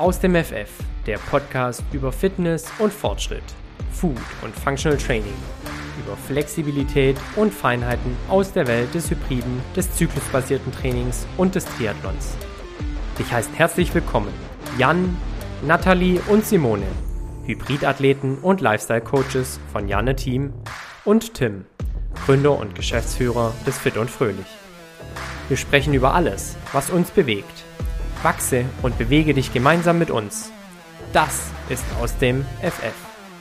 Aus dem FF, der Podcast über Fitness und Fortschritt, Food und Functional Training, über Flexibilität und Feinheiten aus der Welt des Hybriden, des zyklusbasierten Trainings und des Triathlons. Dich heißt herzlich willkommen Jan, Nathalie und Simone, Hybridathleten und Lifestyle-Coaches von Janne Team, und Tim, Gründer und Geschäftsführer des Fit und Fröhlich. Wir sprechen über alles, was uns bewegt. Wachse und bewege dich gemeinsam mit uns. Das ist aus dem FF.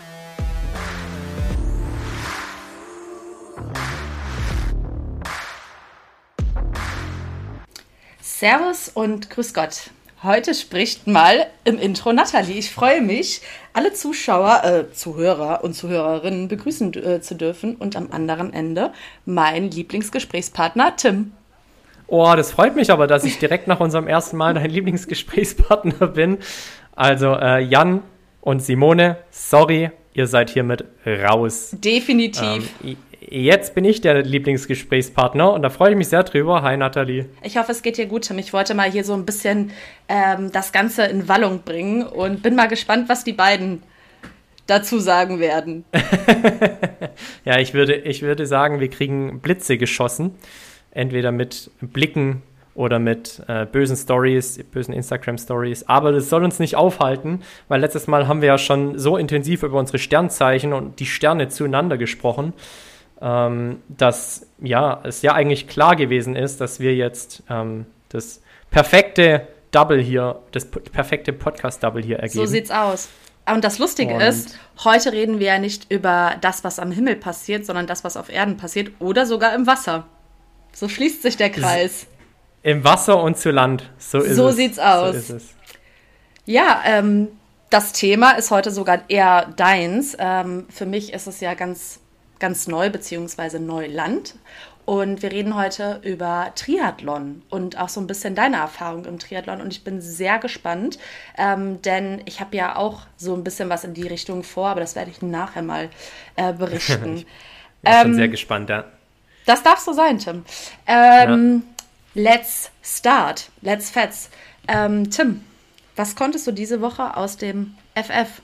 Servus und grüß Gott. Heute spricht mal im Intro Nathalie. Ich freue mich, alle Zuhörer und Zuhörerinnen begrüßen zu dürfen und am anderen Ende mein Lieblingsgesprächspartner Tim. Oh, das freut mich aber, dass ich direkt nach unserem ersten Mal dein Lieblingsgesprächspartner bin. Also Jan und Simone, sorry, ihr seid hiermit raus. Definitiv. Jetzt bin ich der Lieblingsgesprächspartner und da freue ich mich sehr drüber. Hi Nathalie. Ich hoffe, es geht dir gut, Tim. Ich wollte mal hier so ein bisschen das Ganze in Wallung bringen und bin mal gespannt, was die beiden dazu sagen werden. Ja, ich würde sagen, wir kriegen Blitze geschossen. Entweder mit Blicken oder mit bösen Stories, bösen Instagram-Stories. Aber das soll uns nicht aufhalten, weil letztes Mal haben wir ja schon so intensiv über unsere Sternzeichen und die Sterne zueinander gesprochen, dass ja, es ja eigentlich klar gewesen ist, dass wir jetzt das perfekte Podcast-Double hier ergeben. So sieht's aus. Und das Lustige ist, heute reden wir ja nicht über das, was am Himmel passiert, sondern das, was auf Erden passiert oder sogar im Wasser. So schließt sich der Kreis. Im Wasser und zu Land. So sieht's aus. So ist es. Ja, das Thema ist heute sogar eher deins. Für mich ist es ja ganz, ganz neu, beziehungsweise Neuland. Und wir reden heute über Triathlon und auch so ein bisschen deine Erfahrung im Triathlon. Und ich bin sehr gespannt, denn ich habe ja auch so ein bisschen was in die Richtung vor, aber das werde ich nachher mal berichten. Ich bin schon sehr gespannt, ja. Das darf so sein, Tim. Let's start. Let's fetz. Tim, was konntest du diese Woche aus dem FF?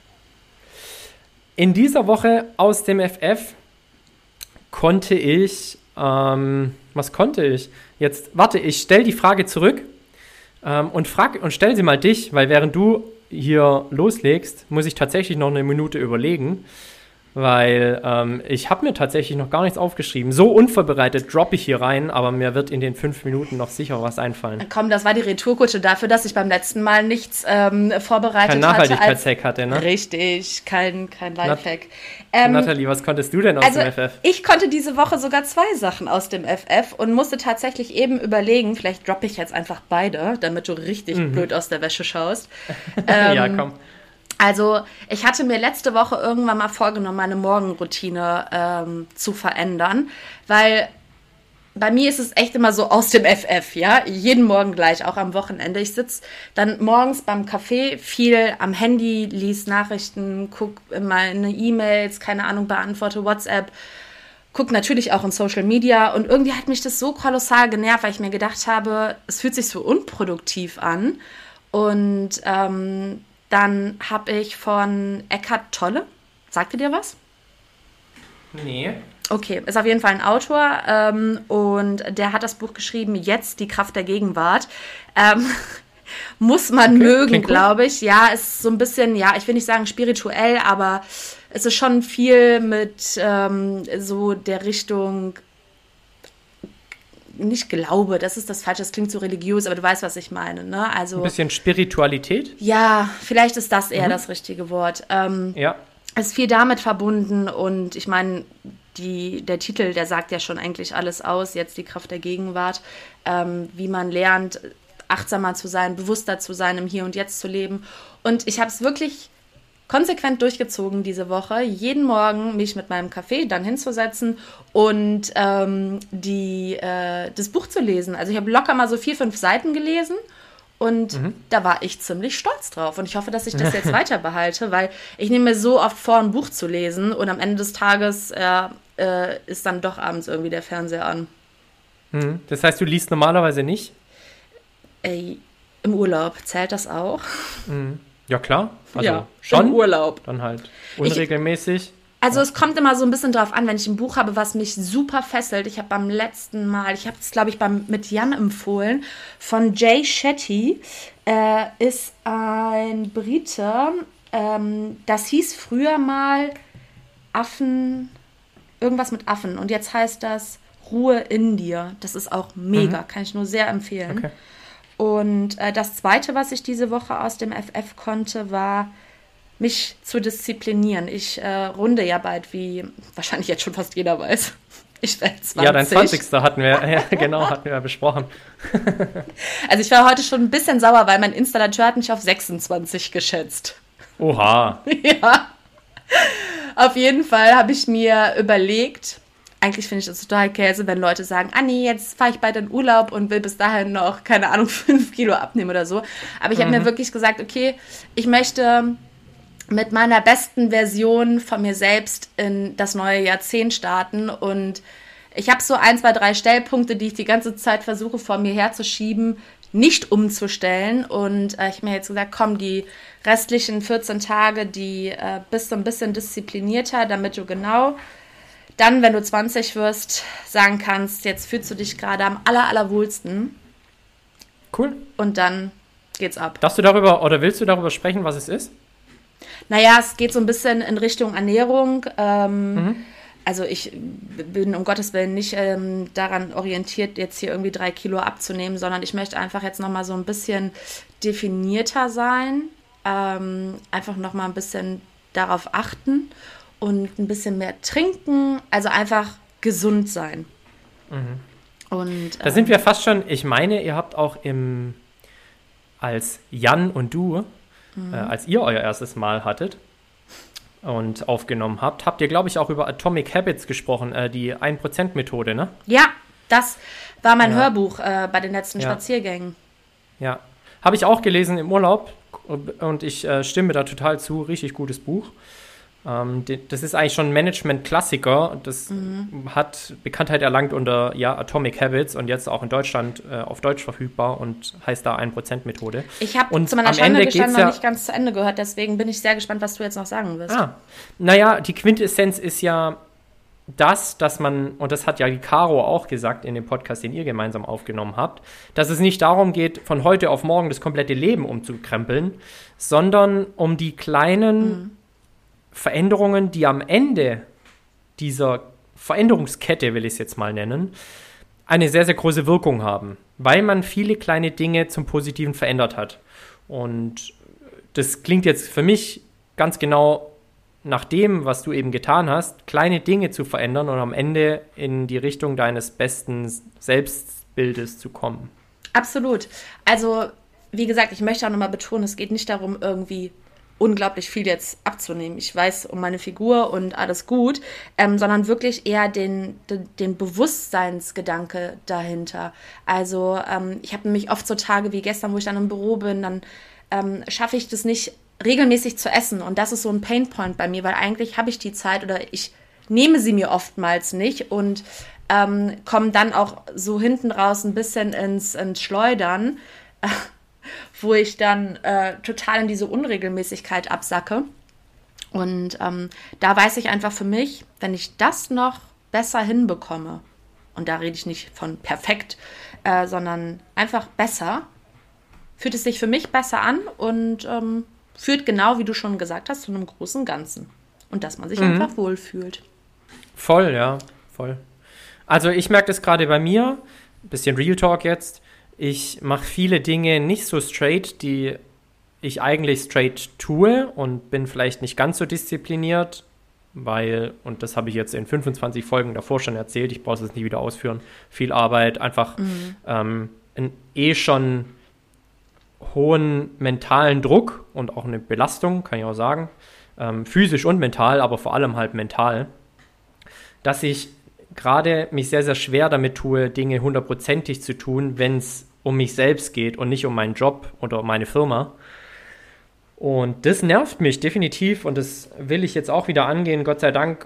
In dieser Woche aus dem FF konnte ich, was konnte ich? Jetzt, warte, ich stelle die Frage zurück und stell sie mal dich, weil während du hier loslegst, muss ich tatsächlich noch eine Minute überlegen. Weil ich habe mir tatsächlich noch gar nichts aufgeschrieben. So unvorbereitet droppe ich hier rein, aber mir wird in den 5 Minuten noch sicher was einfallen. Komm, das war die Retourkutsche dafür, dass ich beim letzten Mal nichts vorbereitet hatte. Kein Nachhaltigkeitshack hatte, ne? Richtig, kein Lifehack. Nathalie, was konntest du denn aus dem FF? Ich konnte diese Woche sogar 2 Sachen aus dem FF und musste tatsächlich eben überlegen, vielleicht droppe ich jetzt einfach beide, damit du richtig blöd aus der Wäsche schaust. Ja, komm. Also ich hatte mir letzte Woche irgendwann mal vorgenommen, meine Morgenroutine zu verändern, weil bei mir ist es echt immer so aus dem FF, ja, jeden Morgen gleich, auch am Wochenende. Ich sitze dann morgens beim Café, viel am Handy, lies Nachrichten, gucke in meine E-Mails, keine Ahnung, beantworte WhatsApp, gucke natürlich auch in Social Media und irgendwie hat mich das so kolossal genervt, weil ich mir gedacht habe, es fühlt sich so unproduktiv an und dann habe ich von Eckhart Tolle, sagt ihr dir was? Nee. Okay, ist auf jeden Fall ein Autor und der hat das Buch geschrieben, Jetzt die Kraft der Gegenwart. Muss man mögen, glaube ich. Ja, ist so ein bisschen, ja, ich will nicht sagen spirituell, aber es ist schon viel mit so der Richtung, nicht Glaube, das ist das Falsche, das klingt so religiös, aber du weißt, was ich meine, ne? Also, ein bisschen Spiritualität? Ja, vielleicht ist das eher das richtige Wort. Ja. Es ist viel damit verbunden und ich meine, der Titel, der sagt ja schon eigentlich alles aus, jetzt die Kraft der Gegenwart, wie man lernt, achtsamer zu sein, bewusster zu sein, im Hier und Jetzt zu leben. Und ich habe es wirklich konsequent durchgezogen diese Woche, jeden Morgen mich mit meinem Kaffee dann hinzusetzen und das Buch zu lesen. Also ich habe locker mal so 4-5 Seiten gelesen und da war ich ziemlich stolz drauf. Und ich hoffe, dass ich das jetzt weiter behalte, weil ich nehme mir so oft vor, ein Buch zu lesen und am Ende des Tages ist dann doch abends irgendwie der Fernseher an. Das heißt, du liest normalerweise nicht? Im Urlaub. Zählt das auch? Ja, klar. Also ja, schon. im Urlaub. Dann halt unregelmäßig. Also es kommt immer so ein bisschen drauf an, wenn ich ein Buch habe, was mich super fesselt. Ich habe beim letzten Mal, ich habe es, glaube ich, mit Jan empfohlen, von Jay Shetty. Ist ein Brite. Das hieß früher mal Affen, irgendwas mit Affen. Und jetzt heißt das Ruhe in dir. Das ist auch mega, kann ich nur sehr empfehlen. Okay. Und das Zweite, was ich diese Woche aus dem FF konnte, war, mich zu disziplinieren. Ich runde ja bald, wie wahrscheinlich jetzt schon fast jeder weiß. Ich werde 20. Ja, dein 20. hatten wir besprochen. Also ich war heute schon ein bisschen sauer, weil mein Installateur hat mich auf 26 geschätzt. Oha. Ja. Auf jeden Fall habe ich mir überlegt, eigentlich finde ich das total Käse, wenn Leute sagen, nee, jetzt fahre ich bald in Urlaub und will bis dahin noch, keine Ahnung, 5 Kilo abnehmen oder so. Aber ich habe mir wirklich gesagt, okay, ich möchte mit meiner besten Version von mir selbst in das neue Jahrzehnt starten. Und ich habe so 1, 2, 3 Stellpunkte, die ich die ganze Zeit versuche, vor mir herzuschieben, nicht umzustellen. Und ich habe mir jetzt gesagt, komm, die restlichen 14 Tage, die bist du ein bisschen disziplinierter, damit du genau dann, wenn du 20 wirst, sagen kannst, jetzt fühlst du dich gerade am allerwohlsten. Cool. Und dann geht's ab. Willst du darüber sprechen, was es ist? Naja, es geht so ein bisschen in Richtung Ernährung. Also ich bin um Gottes Willen nicht daran orientiert, jetzt hier irgendwie 3 Kilo abzunehmen, sondern ich möchte einfach jetzt nochmal so ein bisschen definierter sein. Einfach nochmal ein bisschen darauf achten und ein bisschen mehr trinken. Also einfach gesund sein. Und, da sind wir fast schon, ich meine, ihr habt auch als Jan und du, als ihr euer erstes Mal hattet und aufgenommen habt ihr, glaube ich, auch über Atomic Habits gesprochen, die 1%-Methode, ne? Ja, das war mein Hörbuch bei den letzten Spaziergängen. Ja, habe ich auch gelesen im Urlaub und ich stimme da total zu, richtig gutes Buch. Das ist eigentlich schon ein Management-Klassiker. Das hat Bekanntheit erlangt unter Atomic Habits und jetzt auch in Deutschland auf Deutsch verfügbar und heißt da 1%-Methode. Ich habe zu meiner Schande gestanden noch nicht ganz zu Ende gehört, deswegen bin ich sehr gespannt, was du jetzt noch sagen wirst. Naja, die Quintessenz ist ja dass man, und das hat ja die Caro auch gesagt in dem Podcast, den ihr gemeinsam aufgenommen habt, dass es nicht darum geht, von heute auf morgen das komplette Leben umzukrempeln, sondern um die kleinen Veränderungen, die am Ende dieser Veränderungskette, will ich es jetzt mal nennen, eine sehr, sehr große Wirkung haben, weil man viele kleine Dinge zum Positiven verändert hat. Und das klingt jetzt für mich ganz genau nach dem, was du eben getan hast, kleine Dinge zu verändern und am Ende in die Richtung deines besten Selbstbildes zu kommen. Absolut. Also, wie gesagt, ich möchte auch nochmal betonen, es geht nicht darum, irgendwie unglaublich viel jetzt abzunehmen. Ich weiß um meine Figur und alles gut, sondern wirklich eher den Bewusstseinsgedanke dahinter. Also ich habe nämlich oft so Tage wie gestern, wo ich dann im Büro bin, dann schaffe ich das nicht regelmäßig zu essen und das ist so ein Painpoint bei mir, weil eigentlich habe ich die Zeit oder ich nehme sie mir oftmals nicht und komme dann auch so hinten raus ein bisschen ins Schleudern, wo ich dann total in diese Unregelmäßigkeit absacke. Und da weiß ich einfach für mich, wenn ich das noch besser hinbekomme, und da rede ich nicht von perfekt, sondern einfach besser, fühlt es sich für mich besser an und führt genau, wie du schon gesagt hast, zu einem großen Ganzen. Und dass man sich einfach wohlfühlt. Voll, ja, voll. Also ich merke das gerade bei mir, bisschen Real Talk jetzt, ich mache viele Dinge nicht so straight, die ich eigentlich straight tue und bin vielleicht nicht ganz so diszipliniert, weil, und das habe ich jetzt in 25 Folgen davor schon erzählt, ich brauche es jetzt nicht wieder ausführen, viel Arbeit, einfach einen schon hohen mentalen Druck und auch eine Belastung, kann ich auch sagen, physisch und mental, aber vor allem halt mental, dass ich gerade mich sehr, sehr schwer damit tue, Dinge 100%ig zu tun, wenn es um mich selbst geht und nicht um meinen Job oder um meine Firma. Und das nervt mich definitiv und das will ich jetzt auch wieder angehen. Gott sei Dank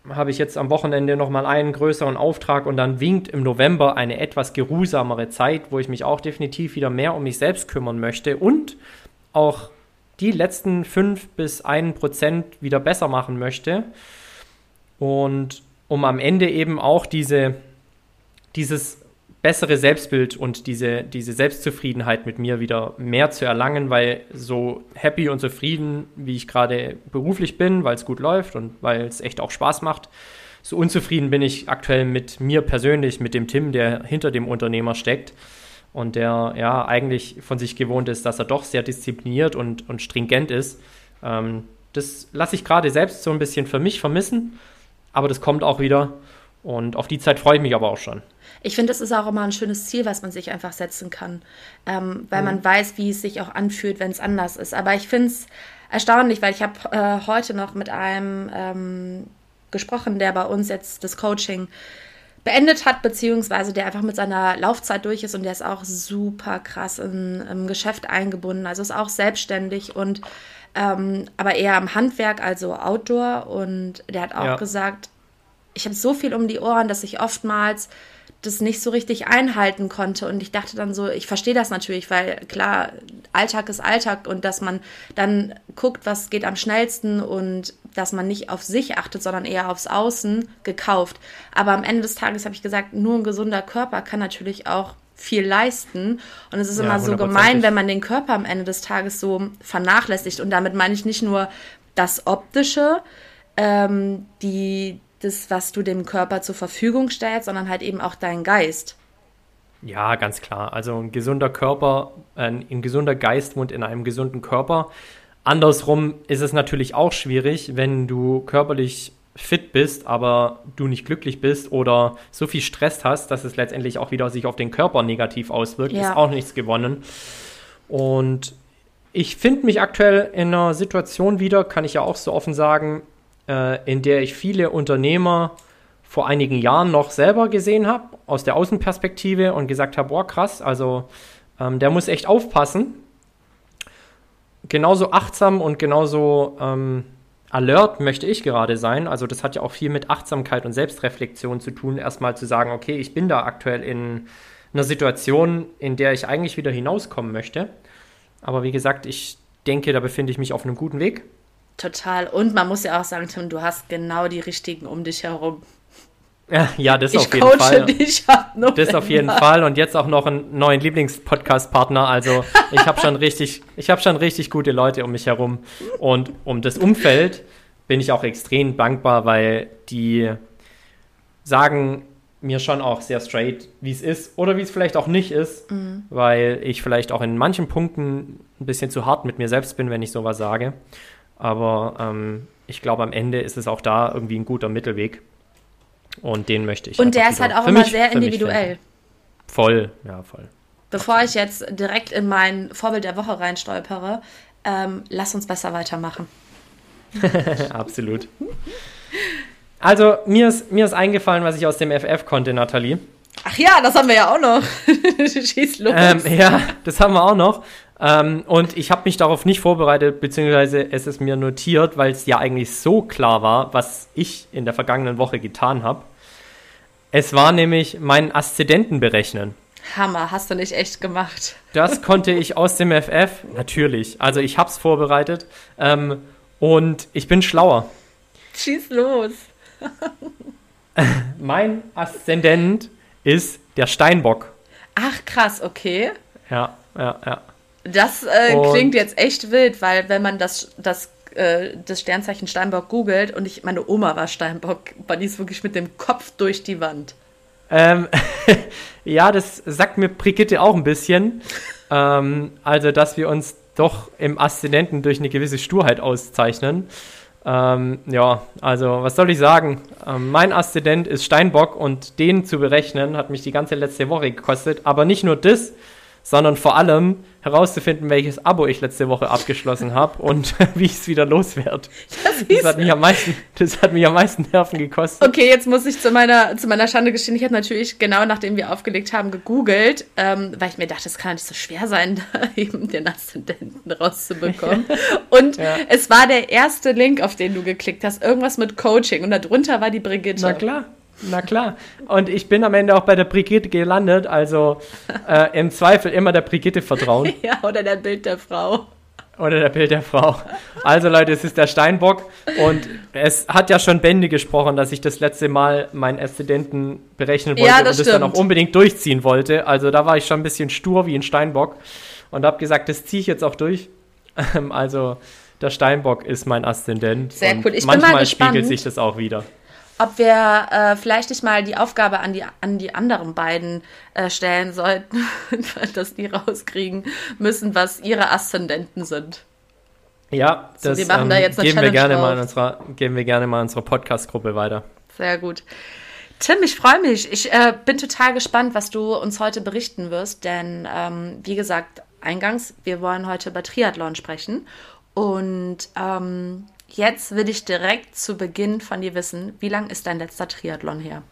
habe ich jetzt am Wochenende nochmal einen größeren Auftrag und dann winkt im November eine etwas geruhsamere Zeit, wo ich mich auch definitiv wieder mehr um mich selbst kümmern möchte und auch die letzten 5-1% wieder besser machen möchte. Und um am Ende eben auch dieses bessere Selbstbild und diese Selbstzufriedenheit mit mir wieder mehr zu erlangen, weil so happy und zufrieden, wie ich gerade beruflich bin, weil es gut läuft und weil es echt auch Spaß macht, so unzufrieden bin ich aktuell mit mir persönlich, mit dem Tim, der hinter dem Unternehmer steckt und der ja eigentlich von sich gewohnt ist, dass er doch sehr diszipliniert und stringent ist. Das lasse ich gerade selbst so ein bisschen für mich vermissen, aber das kommt auch wieder und auf die Zeit freue ich mich aber auch schon. Ich finde, das ist auch immer ein schönes Ziel, was man sich einfach setzen kann, weil man weiß, wie es sich auch anfühlt, wenn es anders ist. Aber ich finde es erstaunlich, weil ich habe heute noch mit einem gesprochen, der bei uns jetzt das Coaching beendet hat, beziehungsweise der einfach mit seiner Laufzeit durch ist und der ist auch super krass im Geschäft eingebunden, also ist auch selbstständig und aber eher am Handwerk, also Outdoor, und der hat auch gesagt, ich habe so viel um die Ohren, dass ich oftmals das nicht so richtig einhalten konnte und ich dachte dann so, ich verstehe das natürlich, weil klar, Alltag ist Alltag und dass man dann guckt, was geht am schnellsten und dass man nicht auf sich achtet, sondern eher aufs Außen gekauft. Aber am Ende des Tages habe ich gesagt, nur ein gesunder Körper kann natürlich auch viel leisten und es ist immer so gemein, wenn man den Körper am Ende des Tages so vernachlässigt und damit meine ich nicht nur das Optische, das, was du dem Körper zur Verfügung stellst, sondern halt eben auch deinen Geist. Ja, ganz klar. Also ein gesunder Körper, ein gesunder Geist wohnt in einem gesunden Körper. Andersrum ist es natürlich auch schwierig, wenn du körperlich fit bist, aber du nicht glücklich bist oder so viel Stress hast, dass es letztendlich auch wieder sich auf den Körper negativ auswirkt. Ist auch nichts gewonnen. Und ich finde mich aktuell in einer Situation wieder, kann ich ja auch so offen sagen, in der ich viele Unternehmer vor einigen Jahren noch selber gesehen habe, aus der Außenperspektive und gesagt habe, boah, krass, also der muss echt aufpassen. Genauso achtsam und genauso alert möchte ich gerade sein. Also das hat ja auch viel mit Achtsamkeit und Selbstreflexion zu tun, erstmal zu sagen, okay, ich bin da aktuell in einer Situation, in der ich eigentlich wieder hinauskommen möchte. Aber wie gesagt, ich denke, da befinde ich mich auf einem guten Weg. Total. Und man muss ja auch sagen, Tim, du hast genau die Richtigen um dich herum. Ja, das auf jeden Fall. Ich coache dich ab November. Das auf jeden Fall. Und jetzt auch noch einen neuen Lieblingspodcast-Partner. Also ich habe schon richtig gute Leute um mich herum. Und um das Umfeld bin ich auch extrem dankbar, weil die sagen mir schon auch sehr straight, wie es ist oder wie es vielleicht auch nicht ist, weil ich vielleicht auch in manchen Punkten ein bisschen zu hart mit mir selbst bin, wenn ich sowas sage. Aber ich glaube, am Ende ist es auch da irgendwie ein guter Mittelweg. Und den möchte ich. Und der ist halt auch immer sehr individuell. Voll, ja, voll. Bevor ich jetzt direkt in mein Vorbild der Woche reinstolpere, lass uns besser weitermachen. Absolut. Also, mir ist eingefallen, was ich aus dem FF konnte, Nathalie. Ach ja, das haben wir ja auch noch. Schieß los. Ja, das haben wir auch noch. Und ich habe mich darauf nicht vorbereitet, beziehungsweise es ist mir notiert, weil es ja eigentlich so klar war, was ich in der vergangenen Woche getan habe. Es war nämlich mein Aszendenten berechnen. Hammer, hast du nicht echt gemacht. Das konnte ich aus dem FF, natürlich. Also ich habe es vorbereitet und ich bin schlauer. Schieß los. Mein Aszendent ist der Steinbock. Ach krass, okay. Ja. Das klingt jetzt echt wild, weil wenn man das Sternzeichen Steinbock googelt und meine Oma war Steinbock, war die ist wirklich mit dem Kopf durch die Wand. Ja, das sagt mir Brigitte auch ein bisschen. Also, dass wir uns doch im Aszendenten durch eine gewisse Sturheit auszeichnen. Ja, also, was soll ich sagen? Mein Aszendent ist Steinbock und den zu berechnen hat mich die ganze letzte Woche gekostet. Aber nicht nur das, sondern vor allem herauszufinden, welches Abo ich letzte Woche abgeschlossen habe und wie ich es wieder loswerde. Das hat mich am meisten Nerven gekostet. Okay, jetzt muss ich zu meiner Schande gestehen, ich habe natürlich genau nachdem wir aufgelegt haben gegoogelt, weil ich mir dachte, es kann ja nicht so schwer sein, da eben den Aszendenten rauszubekommen. Und es war der erste Link, auf den du geklickt hast, irgendwas mit Coaching und darunter war die Brigitte. Na klar. Und ich bin am Ende auch bei der Brigitte gelandet, also im Zweifel immer der Brigitte vertrauen. Ja, oder der Bild der Frau. Also Leute, es ist der Steinbock und es hat ja schon Bände gesprochen, dass ich das letzte Mal meinen Aszendenten berechnen wollte und das dann auch unbedingt durchziehen wollte. Also da war ich schon ein bisschen stur wie ein Steinbock und habe gesagt, das ziehe ich jetzt auch durch. Also der Steinbock ist mein Aszendent. Sehr cool. Ich bin manchmal mal gespannt, spiegelt sich das auch wieder. Ob wir vielleicht nicht mal die Aufgabe an die anderen beiden stellen sollten, dass die rauskriegen müssen, was ihre Aszendenten sind. Ja, das wir machen da jetzt eine geben wir gerne mal in unserer Podcast-Gruppe weiter. Sehr gut. Tim, ich freue mich. Ich bin total gespannt, was du uns heute berichten wirst, denn wie gesagt, eingangs, wir wollen heute über Triathlon sprechen und jetzt will ich direkt zu Beginn von dir wissen, wie lang ist dein letzter Triathlon her?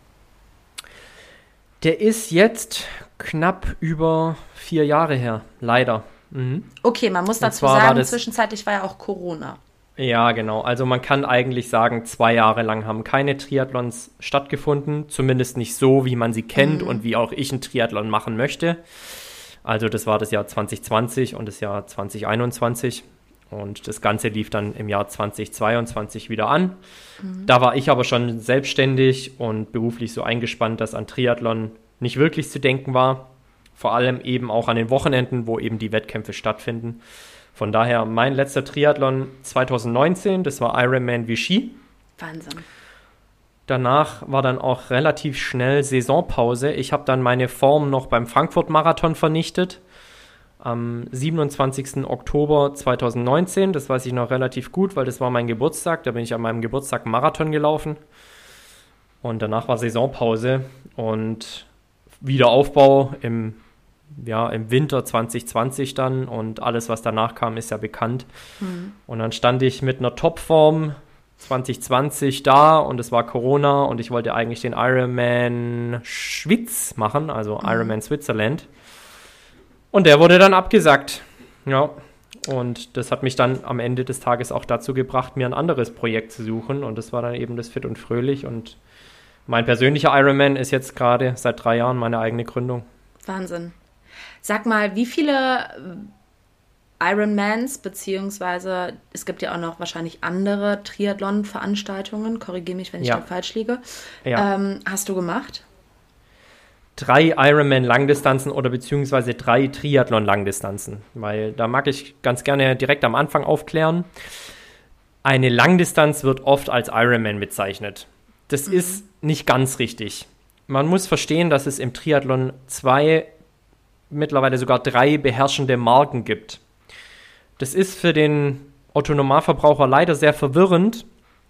Der ist jetzt knapp über 4 Jahre her, leider. Mhm. Okay, man muss dazu sagen, zwischenzeitlich war ja auch Corona. Ja, genau. Also man kann eigentlich sagen, 2 Jahre lang haben keine Triathlons stattgefunden, zumindest nicht so, wie man sie kennt und wie auch ich einen Triathlon machen möchte. Also das war das Jahr 2020 und das Jahr 2021. Und das Ganze lief dann im Jahr 2022 wieder an. Da war ich aber schon selbstständig und beruflich so eingespannt, dass an Triathlon nicht wirklich zu denken war. Vor allem eben auch an den Wochenenden, wo eben die Wettkämpfe stattfinden. Von daher mein letzter Triathlon 2019, das war Ironman Vichy. Wahnsinn. Danach war dann auch relativ schnell Saisonpause. Ich habe dann meine Form noch beim Frankfurt-Marathon vernichtet. Am 27. Oktober 2019, das weiß ich noch relativ gut, weil das war mein Geburtstag, da bin ich an meinem Geburtstag einen Marathon gelaufen und danach war Saisonpause und Wiederaufbau im Winter 2020 dann und alles, was danach kam, ist ja bekannt. Und dann stand ich mit einer Topform 2020 da und es war Corona und ich wollte eigentlich den Ironman Schwyz machen, also Ironman Switzerland. Und der wurde dann abgesagt. Ja, und das hat mich dann am Ende des Tages auch dazu gebracht, mir ein anderes Projekt zu suchen. Und das war dann eben das Fit und Fröhlich. Und mein persönlicher Ironman ist jetzt gerade seit 3 Jahren meine eigene Gründung. Wahnsinn. Sag mal, wie viele Ironmans, beziehungsweise es gibt ja auch noch wahrscheinlich andere Triathlon-Veranstaltungen, korrigiere mich, wenn ich da falsch liege, hast du gemacht? 3 Ironman-Langdistanzen oder beziehungsweise 3 Triathlon-Langdistanzen, weil da mag ich ganz gerne direkt am Anfang aufklären. Eine Langdistanz wird oft als Ironman bezeichnet. Das ist nicht ganz richtig. Man muss verstehen, dass es im Triathlon 2, mittlerweile sogar 3 beherrschende Marken gibt. Das ist für den Otto-Normalverbraucher leider sehr verwirrend.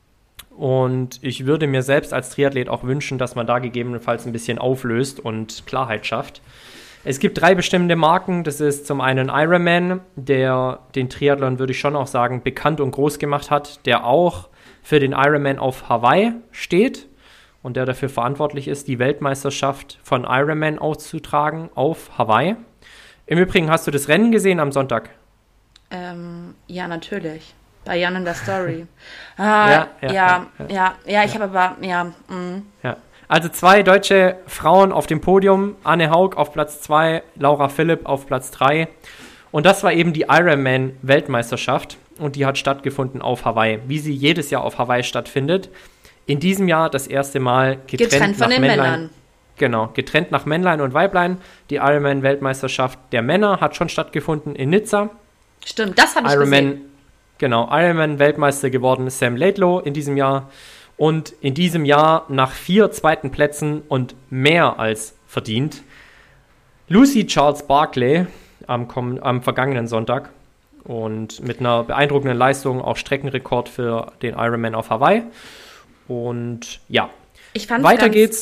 Und ich würde mir selbst als Triathlet auch wünschen, dass man da gegebenenfalls ein bisschen auflöst und Klarheit schafft. Es gibt 3 bestimmte Marken. Das ist zum einen Ironman, der den Triathlon, würde ich schon auch sagen, bekannt und groß gemacht hat, der auch für den Ironman auf Hawaii steht und der dafür verantwortlich ist, die Weltmeisterschaft von Ironman auszutragen auf Hawaii. Im Übrigen, hast du das Rennen gesehen am Sonntag? Ja, natürlich. Bei Jan in der Story. Ich habe aber, Ja. Also 2 deutsche Frauen auf dem Podium, Anne Haug auf Platz 2, Laura Philipp auf Platz 3. Und das war eben die Ironman-Weltmeisterschaft und die hat stattgefunden auf Hawaii, wie sie jedes Jahr auf Hawaii stattfindet. In diesem Jahr das erste Mal getrennt von den Männern. Genau, getrennt nach Männlein und Weiblein. Die Ironman-Weltmeisterschaft der Männer hat schon stattgefunden in Nizza. Stimmt, das habe ich gesehen. Genau, Ironman-Weltmeister geworden ist Sam Laidlow in diesem Jahr. Und in diesem Jahr nach 4 zweiten Plätzen und mehr als verdient Lucy Charles Barclay am vergangenen Sonntag. Und mit einer beeindruckenden Leistung auch Streckenrekord für den Ironman auf Hawaii. Und ja, Ich fand's weiter geht's.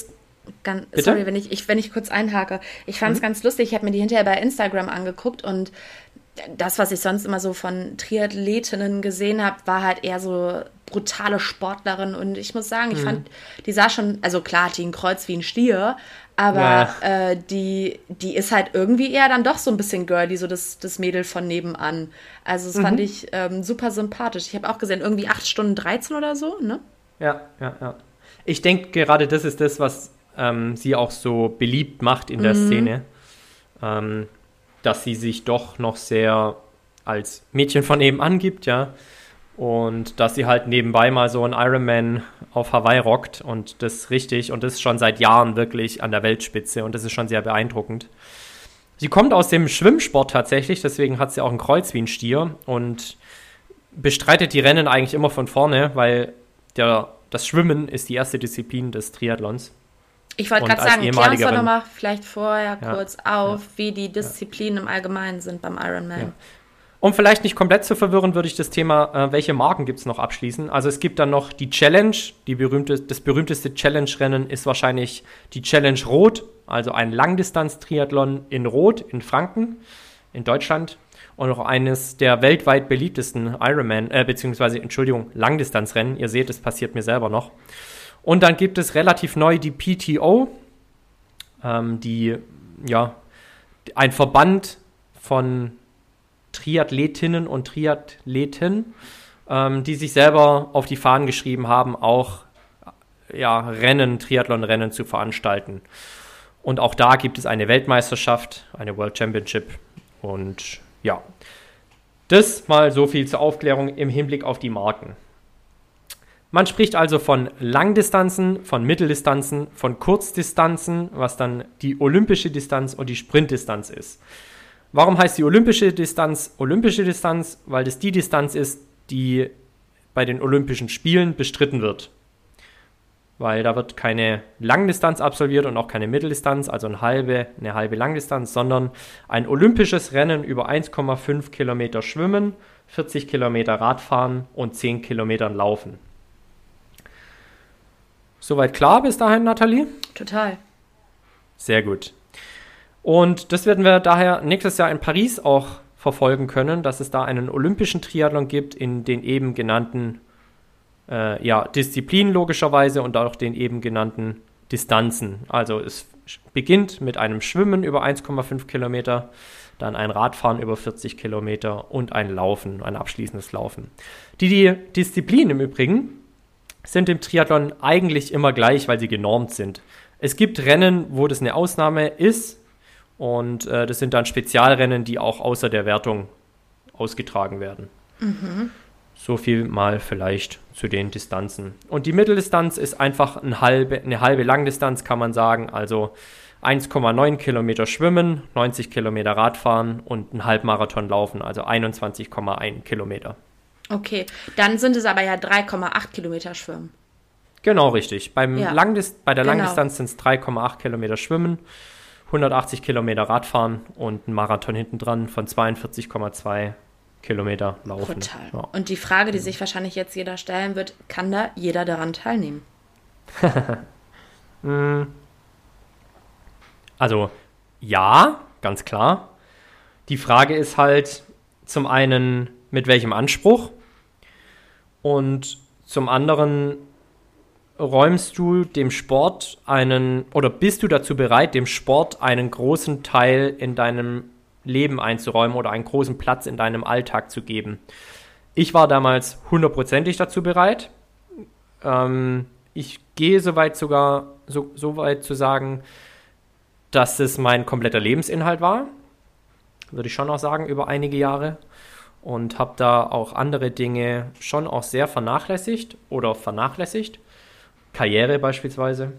Sorry, wenn ich kurz einhake. Ich fand es ganz lustig. Ich habe mir die hinterher bei Instagram angeguckt und das, was ich sonst immer so von Triathletinnen gesehen habe, war halt eher so brutale Sportlerin. Und ich muss sagen, ich fand, die sah schon, also klar hat die ein Kreuz wie ein Stier, aber die ist halt irgendwie eher dann doch so ein bisschen girly, so das Mädel von nebenan. Also das fand ich super sympathisch. Ich habe auch gesehen, irgendwie 8 Stunden 13 oder so, ne? Ja. Ich denke, gerade das ist das, was sie auch so beliebt macht in der Szene. Dass sie sich doch noch sehr als Mädchen von nebenan gibt, ja. Und dass sie halt nebenbei mal so einen Ironman auf Hawaii rockt und das richtig und das schon seit Jahren wirklich an der Weltspitze und das ist schon sehr beeindruckend. Sie kommt aus dem Schwimmsport tatsächlich, deswegen hat sie auch ein Kreuz wie ein Stier und bestreitet die Rennen eigentlich immer von vorne, weil das Schwimmen ist die erste Disziplin des Triathlons. Ich wollte gerade sagen, klär uns doch nochmal vielleicht vorher kurz auf, wie die Disziplinen im Allgemeinen sind beim Ironman. Ja. Um vielleicht nicht komplett zu verwirren, würde ich das Thema, welche Marken gibt es noch, abschließen. Also es gibt dann noch die Challenge, das berühmteste Challenge-Rennen ist wahrscheinlich die Challenge Rot, also ein Langdistanz-Triathlon in Rot in Franken, in Deutschland. Und noch eines der weltweit beliebtesten Langdistanzrennen. Ihr seht, es passiert mir selber noch. Und dann gibt es relativ neu die PTO, ein Verband von Triathletinnen und Triathleten, die sich selber auf die Fahnen geschrieben haben, auch Triathlon-Rennen zu veranstalten. Und auch da gibt es eine Weltmeisterschaft, eine World Championship. Und ja, das mal so viel zur Aufklärung im Hinblick auf die Marken. Man spricht also von Langdistanzen, von Mitteldistanzen, von Kurzdistanzen, was dann die olympische Distanz und die Sprintdistanz ist. Warum heißt die olympische Distanz? Weil das die Distanz ist, die bei den Olympischen Spielen bestritten wird. Weil da wird keine Langdistanz absolviert und auch keine Mitteldistanz, also eine halbe Langdistanz, sondern ein olympisches Rennen über 1,5 Kilometer Schwimmen, 40 Kilometer Radfahren und 10 Kilometern Laufen. Soweit klar bis dahin, Nathalie? Total. Sehr gut. Und das werden wir daher nächstes Jahr in Paris auch verfolgen können, dass es da einen olympischen Triathlon gibt in den eben genannten Disziplinen logischerweise und auch den eben genannten Distanzen. Also es beginnt mit einem Schwimmen über 1,5 Kilometer, dann ein Radfahren über 40 Kilometer und ein abschließendes Laufen. Die Disziplinen im Übrigen sind im Triathlon eigentlich immer gleich, weil sie genormt sind. Es gibt Rennen, wo das eine Ausnahme ist und das sind dann Spezialrennen, die auch außer der Wertung ausgetragen werden. Mhm. So viel mal vielleicht zu den Distanzen. Und die Mitteldistanz ist einfach eine halbe Langdistanz, kann man sagen. Also 1,9 Kilometer Schwimmen, 90 Kilometer Radfahren und ein Halbmarathon laufen, also 21,1 Kilometer. Okay, dann sind es aber ja 3,8 Kilometer Schwimmen. Genau, richtig. Bei der Langdistanz sind es 3,8 Kilometer Schwimmen, 180 Kilometer Radfahren und ein Marathon hinten dran von 42,2 Kilometer laufen. Total. Ja. Und die Frage, die sich wahrscheinlich jetzt jeder stellen wird, kann da jeder daran teilnehmen? Also, ja, ganz klar. Die Frage ist halt zum einen, mit welchem Anspruch und zum anderen räumst du dem Sport bist du dazu bereit, dem Sport einen großen Teil in deinem Leben einzuräumen oder einen großen Platz in deinem Alltag zu geben. Ich war damals 100%ig dazu bereit. Ich gehe so weit zu sagen, dass es mein kompletter Lebensinhalt war. Würde ich schon auch sagen, über einige Jahre. Und habe da auch andere Dinge schon auch sehr vernachlässigt. Karriere beispielsweise.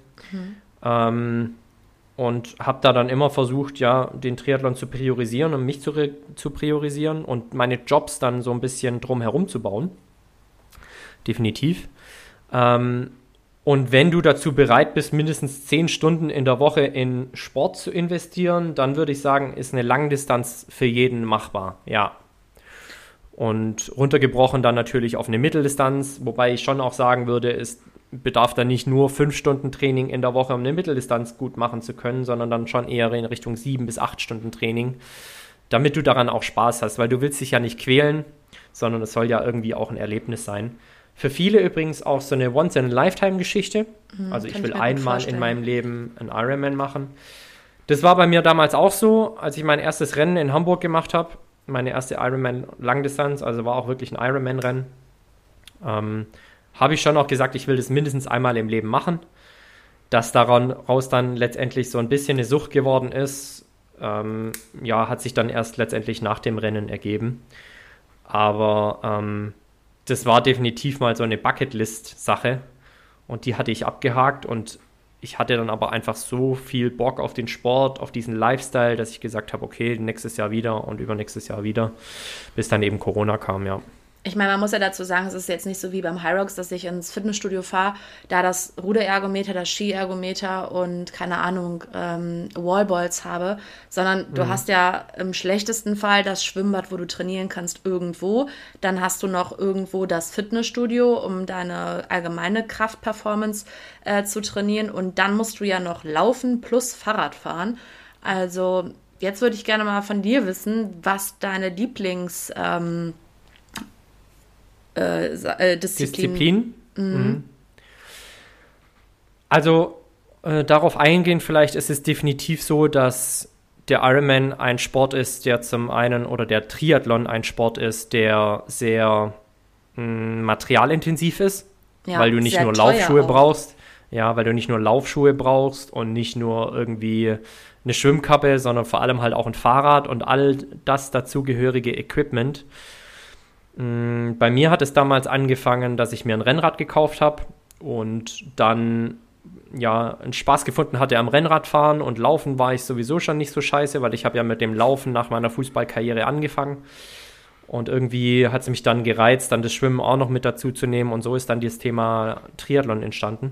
Und habe da dann immer versucht, den Triathlon zu priorisieren und mich zu priorisieren und meine Jobs dann so ein bisschen drum herum zu bauen. Definitiv. Und wenn du dazu bereit bist, mindestens 10 Stunden in der Woche in Sport zu investieren, dann würde ich sagen, ist eine Langdistanz für jeden machbar, ja. Und runtergebrochen dann natürlich auf eine Mitteldistanz, wobei ich schon auch sagen würde, bedarf dann nicht nur 5 Stunden Training in der Woche, um eine Mitteldistanz gut machen zu können, sondern dann schon eher in Richtung 7 bis 8 Stunden Training, damit du daran auch Spaß hast, weil du willst dich ja nicht quälen, sondern es soll ja irgendwie auch ein Erlebnis sein. Für viele übrigens auch so eine Once-in-a-Lifetime-Geschichte. Also ich will einmal in meinem Leben einen Ironman machen. Das war bei mir damals auch so, als ich mein erstes Rennen in Hamburg gemacht habe. Meine erste Ironman-Langdistanz, also war auch wirklich ein Ironman-Rennen. Habe ich schon auch gesagt, ich will das mindestens einmal im Leben machen. Dass daraus dann letztendlich so ein bisschen eine Sucht geworden ist, hat sich dann erst letztendlich nach dem Rennen ergeben. Aber das war definitiv mal so eine Bucketlist-Sache und die hatte ich abgehakt und ich hatte dann aber einfach so viel Bock auf den Sport, auf diesen Lifestyle, dass ich gesagt habe, okay, nächstes Jahr wieder und übernächstes Jahr wieder, bis dann eben Corona kam, ja. Ich meine, man muss ja dazu sagen, es ist jetzt nicht so wie beim Hyrox, dass ich ins Fitnessstudio fahre, da das Ruderergometer, das Skiergometer und, keine Ahnung, Wallballs habe, sondern du hast ja im schlechtesten Fall das Schwimmbad, wo du trainieren kannst, irgendwo. Dann hast du noch irgendwo das Fitnessstudio, um deine allgemeine Kraftperformance zu trainieren. Und dann musst du ja noch laufen plus Fahrrad fahren. Also jetzt würde ich gerne mal von dir wissen, was deine Disziplin. Also darauf eingehen vielleicht, ist es definitiv so, dass der Ironman ein Sport ist, der zum einen, oder der Triathlon ein Sport ist, der sehr materialintensiv ist, weil du nicht nur Laufschuhe brauchst. Ja, weil du nicht nur Laufschuhe brauchst und nicht nur irgendwie eine Schwimmkappe, sondern vor allem halt auch ein Fahrrad und all das dazugehörige Equipment. Bei mir hat es damals angefangen, dass ich mir ein Rennrad gekauft habe und dann einen Spaß gefunden hatte am Rennradfahren, und Laufen war ich sowieso schon nicht so scheiße, weil ich habe ja mit dem Laufen nach meiner Fußballkarriere angefangen und irgendwie hat es mich dann gereizt, dann das Schwimmen auch noch mit dazu zu nehmen, und so ist dann das Thema Triathlon entstanden.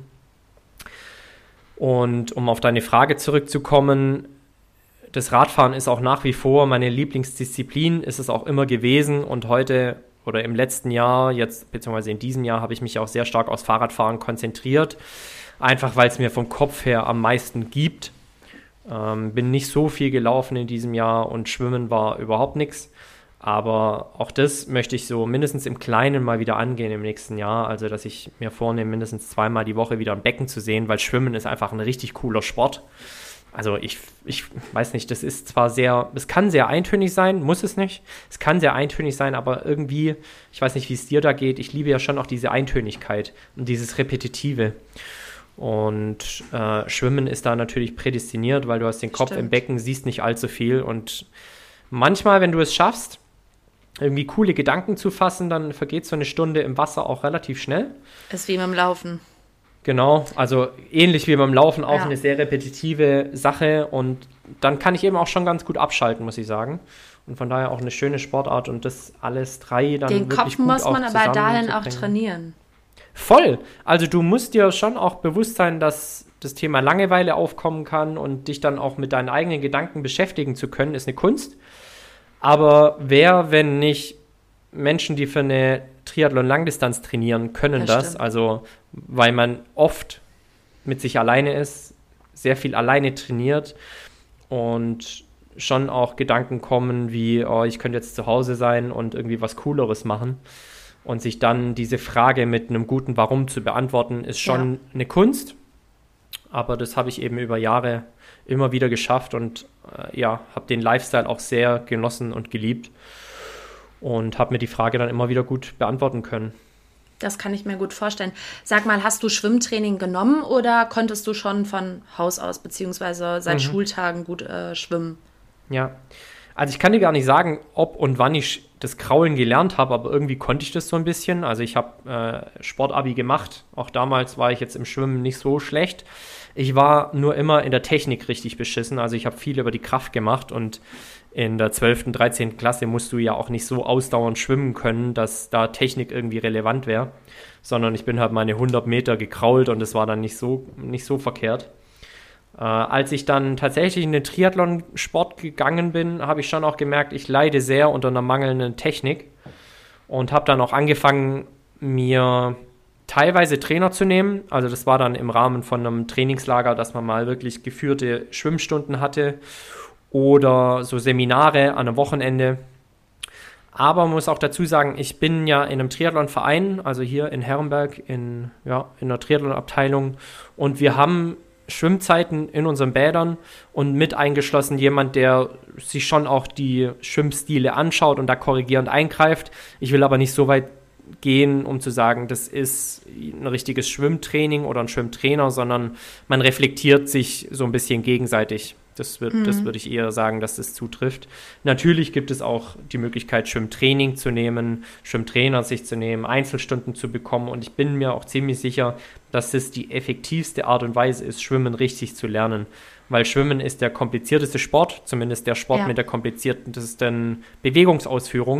Und um auf deine Frage zurückzukommen, das Radfahren ist auch nach wie vor meine Lieblingsdisziplin, ist es auch immer gewesen, und heute oder im letzten Jahr, jetzt beziehungsweise in diesem Jahr, habe ich mich auch sehr stark aufs Fahrradfahren konzentriert, einfach weil es mir vom Kopf her am meisten gibt. Bin nicht so viel gelaufen in diesem Jahr und Schwimmen war überhaupt nichts, aber auch das möchte ich so mindestens im Kleinen mal wieder angehen im nächsten Jahr, also dass ich mir vornehme, mindestens 2-mal die Woche wieder ein Becken zu sehen, weil Schwimmen ist einfach ein richtig cooler Sport. Also ich weiß nicht, das ist zwar es kann sehr eintönig sein, muss es nicht. Es kann sehr eintönig sein, aber irgendwie, ich weiß nicht, wie es dir da geht, ich liebe ja schon auch diese Eintönigkeit und dieses Repetitive. Und Schwimmen ist da natürlich prädestiniert, weil du hast den Kopf im Becken, siehst nicht allzu viel. Und manchmal, wenn du es schaffst, irgendwie coole Gedanken zu fassen, dann vergeht so eine Stunde im Wasser auch relativ schnell. Ist wie beim Laufen. Genau, also ähnlich wie beim Laufen auch eine sehr repetitive Sache, und dann kann ich eben auch schon ganz gut abschalten, muss ich sagen. Und von daher auch eine schöne Sportart, und das alles 3 dann den wirklich Kopf muss man aber dahin auch trainieren. Voll, also du musst dir schon auch bewusst sein, dass das Thema Langeweile aufkommen kann, und dich dann auch mit deinen eigenen Gedanken beschäftigen zu können, ist eine Kunst. Aber wer, wenn nicht Menschen, die für eine Triathlon-Langdistanz trainieren, können das. Also, weil man oft mit sich alleine ist, sehr viel alleine trainiert und schon auch Gedanken kommen wie, oh, ich könnte jetzt zu Hause sein und irgendwie was Cooleres machen. Und sich dann diese Frage mit einem guten Warum zu beantworten, ist schon eine Kunst. Aber das habe ich eben über Jahre immer wieder geschafft und habe den Lifestyle auch sehr genossen und geliebt. Und habe mir die Frage dann immer wieder gut beantworten können. Das kann ich mir gut vorstellen. Sag mal, hast du Schwimmtraining genommen oder konntest du schon von Haus aus beziehungsweise seit Schultagen gut schwimmen? Ja, also ich kann dir gar nicht sagen, ob und wann ich das Kraulen gelernt habe, aber irgendwie konnte ich das so ein bisschen. Also ich habe Sportabi gemacht. Auch damals war ich jetzt im Schwimmen nicht so schlecht. Ich war nur immer in der Technik richtig beschissen. Also ich habe viel über die Kraft gemacht, und in der 12., 13. Klasse musst du ja auch nicht so ausdauernd schwimmen können, dass da Technik irgendwie relevant wäre, sondern ich bin halt meine 100 Meter gekrault, und es war dann nicht so verkehrt. Als ich dann tatsächlich in den Triathlon-Sport gegangen bin, habe ich schon auch gemerkt, ich leide sehr unter einer mangelnden Technik, und habe dann auch angefangen, mir teilweise Trainer zu nehmen. Also das war dann im Rahmen von einem Trainingslager, dass man mal wirklich geführte Schwimmstunden hatte oder so Seminare an einem Wochenende. Aber man muss auch dazu sagen, ich bin ja in einem Triathlonverein, also hier in Herrenberg in einer Triathlonabteilung, und wir haben Schwimmzeiten in unseren Bädern und mit eingeschlossen jemand, der sich schon auch die Schwimmstile anschaut und da korrigierend eingreift. Ich will aber nicht so weit gehen, um zu sagen, das ist ein richtiges Schwimmtraining oder ein Schwimmtrainer, sondern man reflektiert sich so ein bisschen gegenseitig. Das würde ich eher sagen, dass das zutrifft. Natürlich gibt es auch die Möglichkeit, Schwimmtraining zu nehmen, Schwimmtrainer sich zu nehmen, Einzelstunden zu bekommen. Und ich bin mir auch ziemlich sicher, dass das die effektivste Art und Weise ist, Schwimmen richtig zu lernen. Weil Schwimmen ist der komplizierteste Sport, zumindest der Sport mit der kompliziertesten Bewegungsausführung.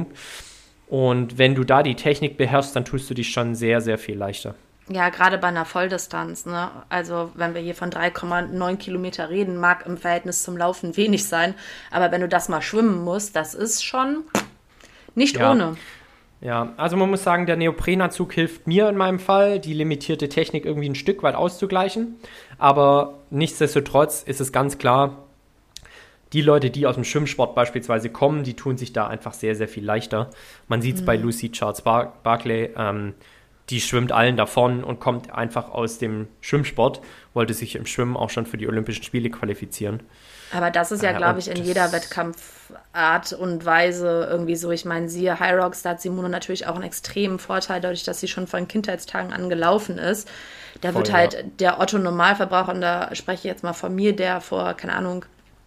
Und wenn du da die Technik beherrschst, dann tust du dich schon sehr, sehr viel leichter. Ja, gerade bei einer Volldistanz, ne? Also wenn wir hier von 3,9 Kilometer reden, mag im Verhältnis zum Laufen wenig sein, aber wenn du das mal schwimmen musst, das ist schon nicht ohne. Ja, also man muss sagen, der Neoprenanzug hilft mir in meinem Fall, die limitierte Technik irgendwie ein Stück weit auszugleichen, aber nichtsdestotrotz ist es ganz klar, die Leute, die aus dem Schwimmsport beispielsweise kommen, die tun sich da einfach sehr, sehr viel leichter. Man sieht es bei Lucy Charles-Barclay, die schwimmt allen davon und kommt einfach aus dem Schwimmsport, wollte sich im Schwimmen auch schon für die Olympischen Spiele qualifizieren. Aber das ist ja, glaube ich, in jeder Wettkampfart und Weise irgendwie so. Ich meine, siehe Hyrox, da hat Simone natürlich auch einen extremen Vorteil, dadurch, dass sie schon von Kindheitstagen an gelaufen ist. Da wird halt der Otto-Normalverbraucher, und da spreche ich jetzt mal von mir, der vor, keine Ahnung,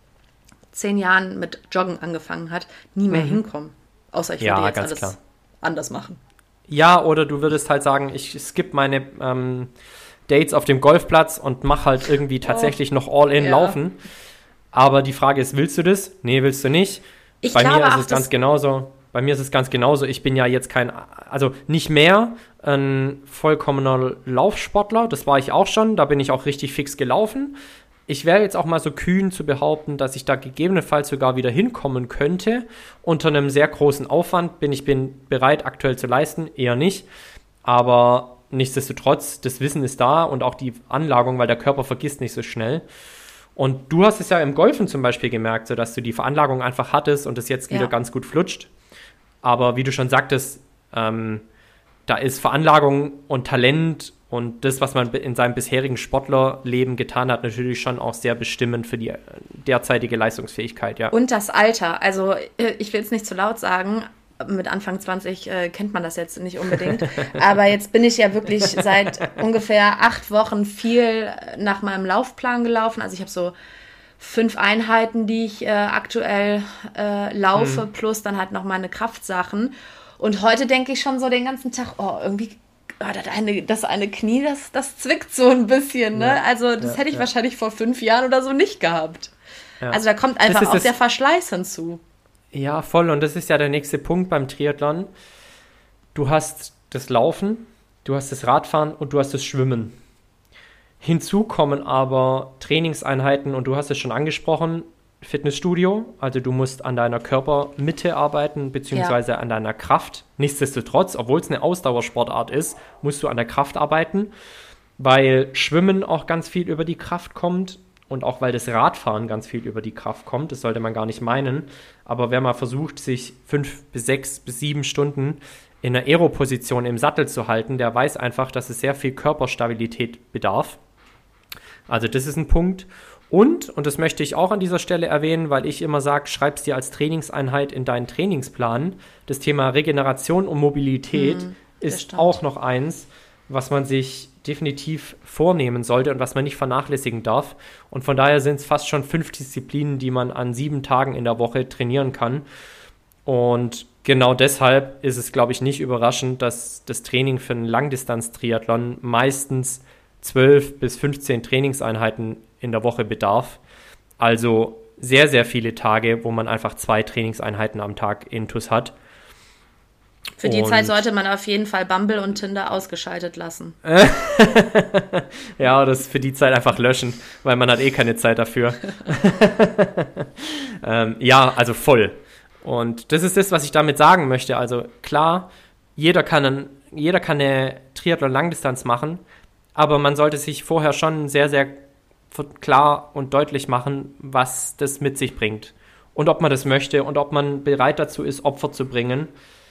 10 Jahren mit Joggen angefangen hat, nie mehr hinkommen. Außer ich würde jetzt alles anders machen. Ja, oder du würdest halt sagen, ich skippe meine Dates auf dem Golfplatz und mache halt irgendwie tatsächlich noch All-In laufen. Aber die Frage ist, willst du das? Nee, willst du nicht? Bei mir ist es ganz genauso. Ich bin ja jetzt nicht mehr ein vollkommener Laufsportler. Das war ich auch schon. Da bin ich auch richtig fix gelaufen. Ich wäre jetzt auch mal so kühn zu behaupten, dass ich da gegebenenfalls sogar wieder hinkommen könnte. Unter einem sehr großen Aufwand bin ich bereit, aktuell zu leisten, eher nicht. Aber nichtsdestotrotz, das Wissen ist da und auch die Anlagung, weil der Körper vergisst nicht so schnell. Und du hast es ja im Golfen zum Beispiel gemerkt, so dass du die Veranlagung einfach hattest und es jetzt wieder ganz gut flutscht. Aber wie du schon sagtest, da ist Veranlagung und Talent und das, was man in seinem bisherigen Sportlerleben getan hat, natürlich schon auch sehr bestimmend für die derzeitige Leistungsfähigkeit, ja. Und das Alter. Also ich will es nicht zu laut sagen, mit Anfang 20 kennt man das jetzt nicht unbedingt. Aber jetzt bin ich ja wirklich seit ungefähr 8 Wochen viel nach meinem Laufplan gelaufen. Also ich habe so 5 Einheiten, die ich aktuell laufe, plus dann halt noch meine Kraftsachen. Und heute denke ich schon so den ganzen Tag, irgendwie das eine Knie, das zwickt so ein bisschen, ne? Ja, also das hätte ich wahrscheinlich vor 5 Jahren oder so nicht gehabt. Ja. Also da kommt einfach auch der Verschleiß hinzu. Ja, voll. Und das ist ja der nächste Punkt beim Triathlon. Du hast das Laufen, du hast das Radfahren und du hast das Schwimmen. Hinzu kommen aber Trainingseinheiten, und du hast es schon angesprochen, Fitnessstudio, also du musst an deiner Körpermitte arbeiten, beziehungsweise an deiner Kraft. Nichtsdestotrotz, obwohl es eine Ausdauersportart ist, musst du an der Kraft arbeiten, weil Schwimmen auch ganz viel über die Kraft kommt und auch weil das Radfahren ganz viel über die Kraft kommt. Das sollte man gar nicht meinen. Aber wer mal versucht, sich 5 bis 6 bis 7 Stunden in einer Aero-Position im Sattel zu halten, der weiß einfach, dass es sehr viel Körperstabilität bedarf. Also das ist ein Punkt. Und das möchte ich auch an dieser Stelle erwähnen, weil ich immer sage, schreib es dir als Trainingseinheit in deinen Trainingsplan. Das Thema Regeneration und Mobilität ist auch noch eins, was man sich definitiv vornehmen sollte und was man nicht vernachlässigen darf. Und von daher sind es fast schon 5 Disziplinen, die man an 7 Tagen in der Woche trainieren kann. Und genau deshalb ist es, glaube ich, nicht überraschend, dass das Training für einen Langdistanz-Triathlon meistens 12 bis 15 Trainingseinheiten in der Woche bedarf. Also sehr, sehr viele Tage, wo man einfach 2 Trainingseinheiten am Tag intus hat. Für die Zeit sollte man auf jeden Fall Bumble und Tinder ausgeschaltet lassen. Ja, das für die Zeit einfach löschen, weil man hat keine Zeit dafür. Ja, also voll. Und das ist das, was ich damit sagen möchte. Also klar, jeder kann eine Triathlon-Langdistanz machen, aber man sollte sich vorher schon sehr, sehr klar und deutlich machen, was das mit sich bringt und ob man das möchte und ob man bereit dazu ist, Opfer zu bringen.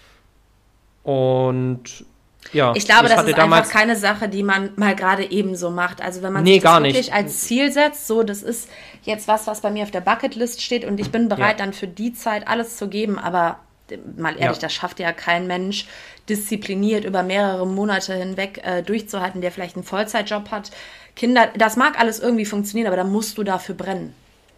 Und ja, ich glaube, das ist einfach keine Sache, die man mal gerade eben so macht. Also wenn man sich das wirklich als Ziel setzt, so, das ist jetzt was bei mir auf der Bucketlist steht und ich bin bereit, dann für die Zeit alles zu geben, aber mal ehrlich, das schafft ja kein Mensch, diszipliniert über mehrere Monate hinweg durchzuhalten, der vielleicht einen Vollzeitjob hat. Kinder, das mag alles irgendwie funktionieren, aber da musst du dafür brennen.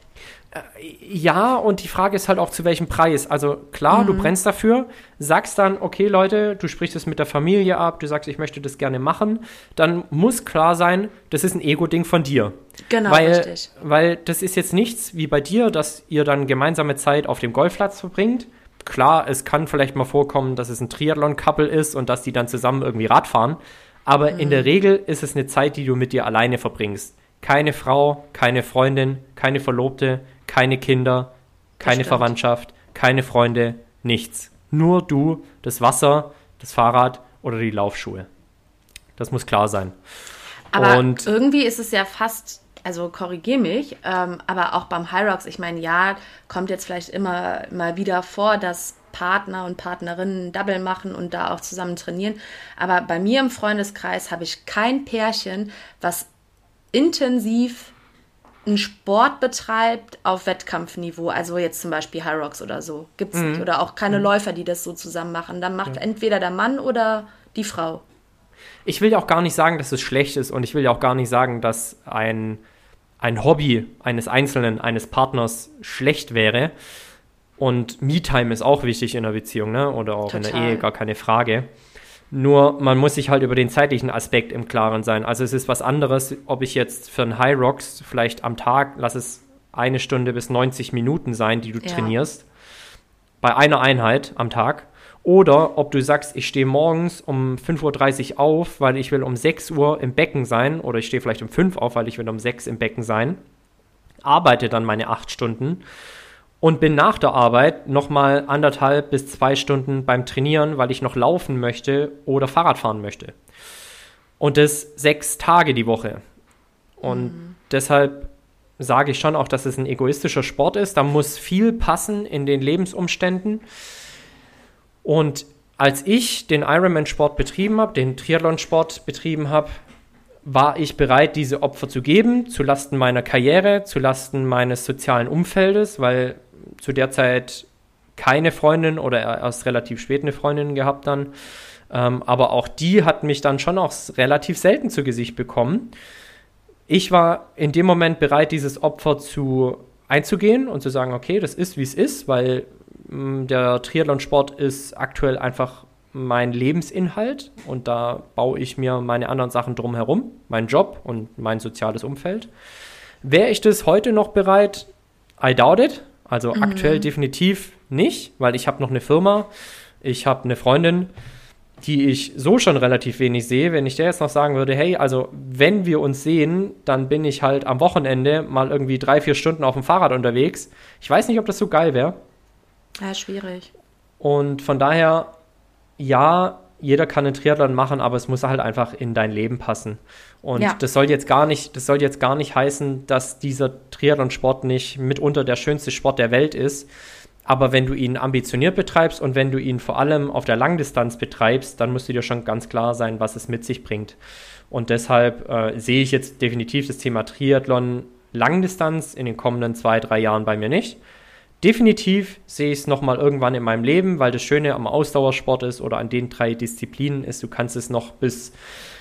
Ja, und die Frage ist halt auch, zu welchem Preis. Also klar, du brennst dafür, sagst dann, okay Leute, du sprichst es mit der Familie ab, du sagst, ich möchte das gerne machen, dann muss klar sein, das ist ein Ego-Ding von dir. Genau, richtig. Weil das ist jetzt nichts wie bei dir, dass ihr dann gemeinsame Zeit auf dem Golfplatz verbringt. Klar, es kann vielleicht mal vorkommen, dass es ein Triathlon-Couple ist und dass die dann zusammen irgendwie Rad fahren, aber in der Regel ist es eine Zeit, die du mit dir alleine verbringst. Keine Frau, keine Freundin, keine Verlobte, keine Kinder, keine Verwandtschaft, keine Freunde, nichts. Nur du, das Wasser, das Fahrrad oder die Laufschuhe. Das muss klar sein. Aber irgendwie ist es ja fast, also korrigier mich, aber auch beim Hyrox, ich meine, ja, kommt jetzt vielleicht immer mal wieder vor, dass Partner und Partnerinnen Double machen und da auch zusammen trainieren. Aber bei mir im Freundeskreis habe ich kein Pärchen, was intensiv einen Sport betreibt auf Wettkampfniveau, also jetzt zum Beispiel Hyrox oder so, gibt's nicht. Oder auch keine Läufer, die das so zusammen machen. Dann macht entweder der Mann oder die Frau. Ich will ja auch gar nicht sagen, dass es schlecht ist und ich will ja auch gar nicht sagen, dass ein Hobby eines Einzelnen, eines Partners schlecht wäre. Und Me-Time ist auch wichtig in einer Beziehung, ne? Oder auch in der Ehe, gar keine Frage. Nur man muss sich halt über den zeitlichen Aspekt im Klaren sein. Also es ist was anderes, ob ich jetzt für einen Hyrox vielleicht am Tag, lass es 1 Stunde bis 90 Minuten sein, die du trainierst, bei einer Einheit am Tag. Oder ob du sagst, ich stehe morgens um 5.30 Uhr auf, weil ich will um 6 Uhr im Becken sein. Oder ich stehe vielleicht um 5 auf, weil ich will um 6 im Becken sein. Arbeite dann meine 8 Stunden. Und bin nach der Arbeit nochmal 1,5 bis 2 Stunden beim Trainieren, weil ich noch laufen möchte oder Fahrrad fahren möchte. Und das 6 Tage die Woche. Und deshalb sage ich schon auch, dass es ein egoistischer Sport ist. Da muss viel passen in den Lebensumständen. Und als ich den Ironman-Sport betrieben habe, den Triathlon-Sport betrieben habe, war ich bereit, diese Opfer zu geben, zulasten meiner Karriere, zulasten meines sozialen Umfeldes, weil zu der Zeit keine Freundin oder erst relativ spät eine Freundin gehabt dann. Aber auch die hat mich dann schon auch relativ selten zu Gesicht bekommen. Ich war in dem Moment bereit, dieses Opfer einzugehen und zu sagen, okay, das ist, wie es ist, weil der Triathlon-Sport ist aktuell einfach mein Lebensinhalt und da baue ich mir meine anderen Sachen drumherum, meinen Job und mein soziales Umfeld. Wäre ich das heute noch bereit? I doubt it. Also aktuell definitiv nicht, weil ich habe noch eine Firma, ich habe eine Freundin, die ich so schon relativ wenig sehe. Wenn ich der jetzt noch sagen würde, hey, also wenn wir uns sehen, dann bin ich halt am Wochenende mal irgendwie 3-4 Stunden auf dem Fahrrad unterwegs. Ich weiß nicht, ob das so geil wäre. Ja, schwierig. Und von daher, ja, jeder kann einen Triathlon machen, aber es muss halt einfach in dein Leben passen. Und das soll jetzt gar nicht heißen, dass dieser Triathlon-Sport nicht mitunter der schönste Sport der Welt ist. Aber wenn du ihn ambitioniert betreibst und wenn du ihn vor allem auf der Langdistanz betreibst, dann musst du dir schon ganz klar sein, was es mit sich bringt. Und deshalb sehe ich jetzt definitiv das Thema Triathlon Langdistanz in den kommenden 2-3 Jahren bei mir nicht. Definitiv sehe ich es nochmal irgendwann in meinem Leben, weil das Schöne am Ausdauersport ist oder an den 3 Disziplinen ist, du kannst es noch bis,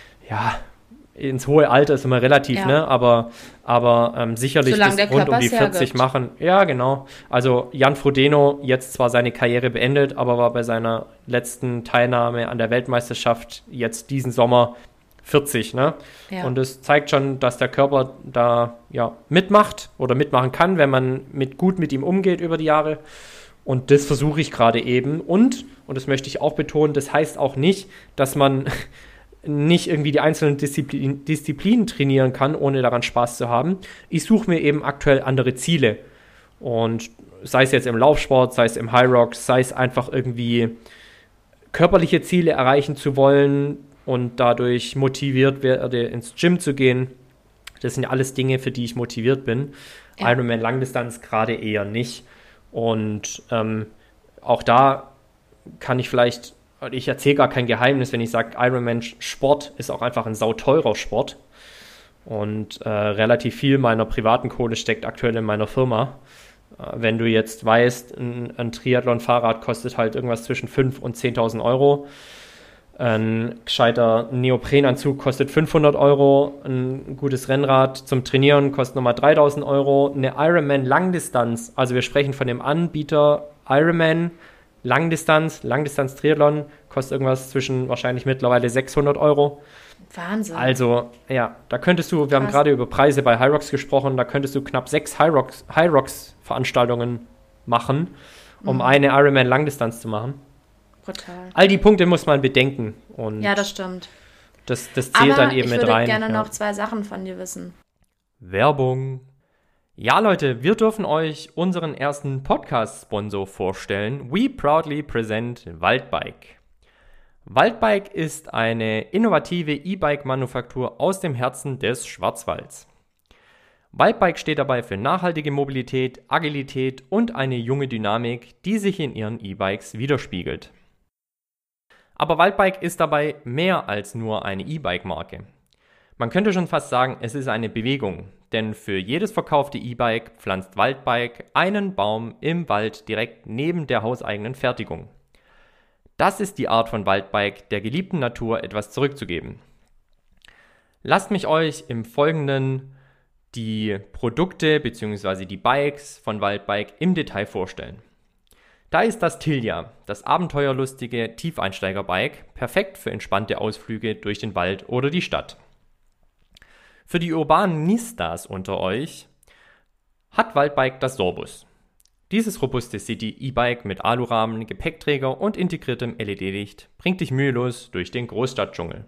ins hohe Alter ist immer relativ, ne? Aber sicherlich das rund um die 40 machen. Ja, genau. Also Jan Frodeno, jetzt zwar seine Karriere beendet, aber war bei seiner letzten Teilnahme an der Weltmeisterschaft jetzt diesen Sommer 40, ne? Ja. Und es zeigt schon, dass der Körper da mitmacht oder mitmachen kann, wenn man gut mit ihm umgeht über die Jahre. Und das versuche ich gerade eben. Und das möchte ich auch betonen, das heißt auch nicht, dass man nicht irgendwie die einzelnen Disziplinen trainieren kann, ohne daran Spaß zu haben. Ich suche mir eben aktuell andere Ziele. Und sei es jetzt im Laufsport, sei es im Hyrox, sei es einfach irgendwie körperliche Ziele erreichen zu wollen und dadurch motiviert werde, ins Gym zu gehen. Das sind ja alles Dinge, für die ich motiviert bin. Ja. Ironman Langdistanz gerade eher nicht. Und auch da kann ich vielleicht, ich erzähle gar kein Geheimnis, wenn ich sage, Ironman Sport ist auch einfach ein sauteurer Sport. Und relativ viel meiner privaten Kohle steckt aktuell in meiner Firma. Wenn du jetzt weißt, ein Triathlon-Fahrrad kostet halt irgendwas zwischen 5.000 und 10.000 Euro. Ein gescheiter Neoprenanzug kostet 500 Euro. Ein gutes Rennrad zum Trainieren kostet nochmal 3.000 Euro. Eine Ironman Langdistanz, also wir sprechen von dem Anbieter Ironman Langdistanz Triathlon, kostet irgendwas zwischen wahrscheinlich mittlerweile 600 Euro. Wahnsinn. Also, ja, da könntest du, wir haben gerade über Preise bei Hyrox gesprochen, da könntest du knapp 6 Hyrox-Veranstaltungen machen, um eine Ironman Langdistanz zu machen. Brutal. All die Punkte muss man bedenken. Und ja, das stimmt. Das zählt dann eben mit rein. Ich würde gerne noch 2 Sachen von dir wissen. Werbung. Ja, Leute, wir dürfen euch unseren ersten Podcast-Sponsor vorstellen. We proudly present Waldbike. Waldbike ist eine innovative E-Bike-Manufaktur aus dem Herzen des Schwarzwalds. Waldbike steht dabei für nachhaltige Mobilität, Agilität und eine junge Dynamik, die sich in ihren E-Bikes widerspiegelt. Aber Waldbike ist dabei mehr als nur eine E-Bike-Marke. Man könnte schon fast sagen, es ist eine Bewegung, denn für jedes verkaufte E-Bike pflanzt Waldbike einen Baum im Wald direkt neben der hauseigenen Fertigung. Das ist die Art von Waldbike, der geliebten Natur etwas zurückzugeben. Lasst mich euch im Folgenden die Produkte bzw. die Bikes von Waldbike im Detail vorstellen. Da ist das Tilia, das abenteuerlustige Tiefeinsteiger-Bike, perfekt für entspannte Ausflüge durch den Wald oder die Stadt. Für die urbanen Nistas unter euch hat Waldbike das Sorbus. Dieses robuste City-E-Bike mit Alurahmen, Gepäckträger und integriertem LED-Licht bringt dich mühelos durch den Großstadtdschungel.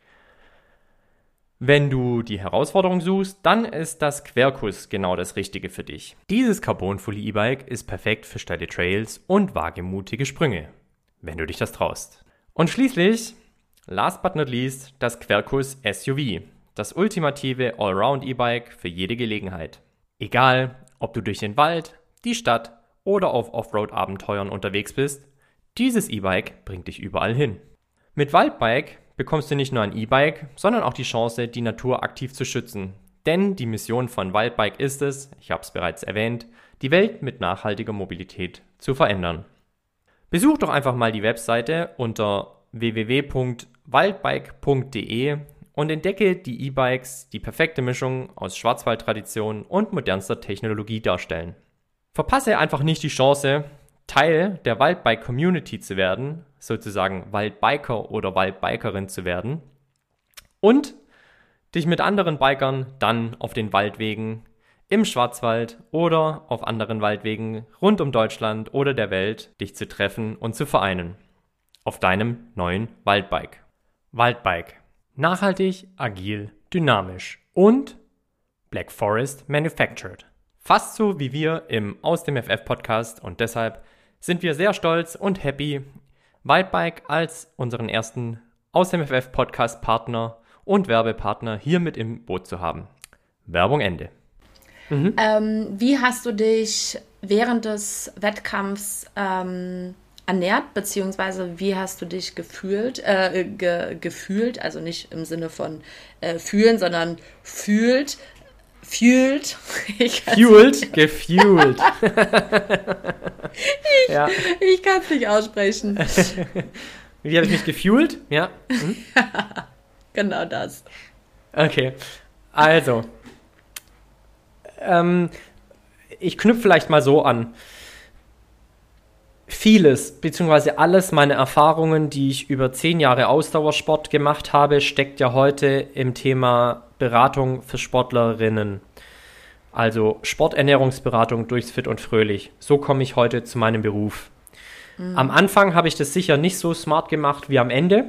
Wenn du die Herausforderung suchst, dann ist das Quercus genau das Richtige für dich. Dieses Carbon-Fully-E-Bike ist perfekt für steile Trails und wagemutige Sprünge, wenn du dich das traust. Und schließlich, last but not least, das Quercus SUV, das ultimative Allround-E-Bike für jede Gelegenheit. Egal, ob du durch den Wald, die Stadt oder auf Offroad-Abenteuern unterwegs bist, dieses E-Bike bringt dich überall hin. Mit Waldbike bekommst du nicht nur ein E-Bike, sondern auch die Chance, die Natur aktiv zu schützen. Denn die Mission von Waldbike ist es, ich habe es bereits erwähnt, die Welt mit nachhaltiger Mobilität zu verändern. Besuch doch einfach mal die Webseite unter www.waldbike.de und entdecke die E-Bikes, die perfekte Mischung aus Schwarzwaldtradition und modernster Technologie darstellen. Verpasse einfach nicht die Chance, Teil der Waldbike-Community zu werden, sozusagen Waldbiker oder Waldbikerin zu werden und dich mit anderen Bikern dann auf den Waldwegen im Schwarzwald oder auf anderen Waldwegen rund um Deutschland oder der Welt dich zu treffen und zu vereinen. Auf deinem neuen Waldbike. Waldbike. Nachhaltig, agil, dynamisch und Black Forest Manufactured. Fast so wie wir im Aus dem FF Podcast und deshalb sind wir sehr stolz und happy, Waldbike als unseren ersten Aus dem FF Podcast Partner und Werbepartner hier mit im Boot zu haben. Werbung Ende. Wie hast du dich während des Wettkampfs ernährt, beziehungsweise wie hast du dich gefühlt, also nicht im Sinne von fühlen, sondern gefühlt. Ich kann es nicht aussprechen. Wie habe ich mich gefühlt? Ja. Genau das. Okay, also ich knüpfe vielleicht mal so an. Vieles, beziehungsweise alles meine Erfahrungen, die ich über 10 Jahre Ausdauersport gemacht habe, steckt ja heute im Thema Beratung für Sportlerinnen. Also Sporternährungsberatung durchs Fit und Fröhlich. So komme ich heute zu meinem Beruf. Am Anfang habe ich das sicher nicht so smart gemacht wie am Ende.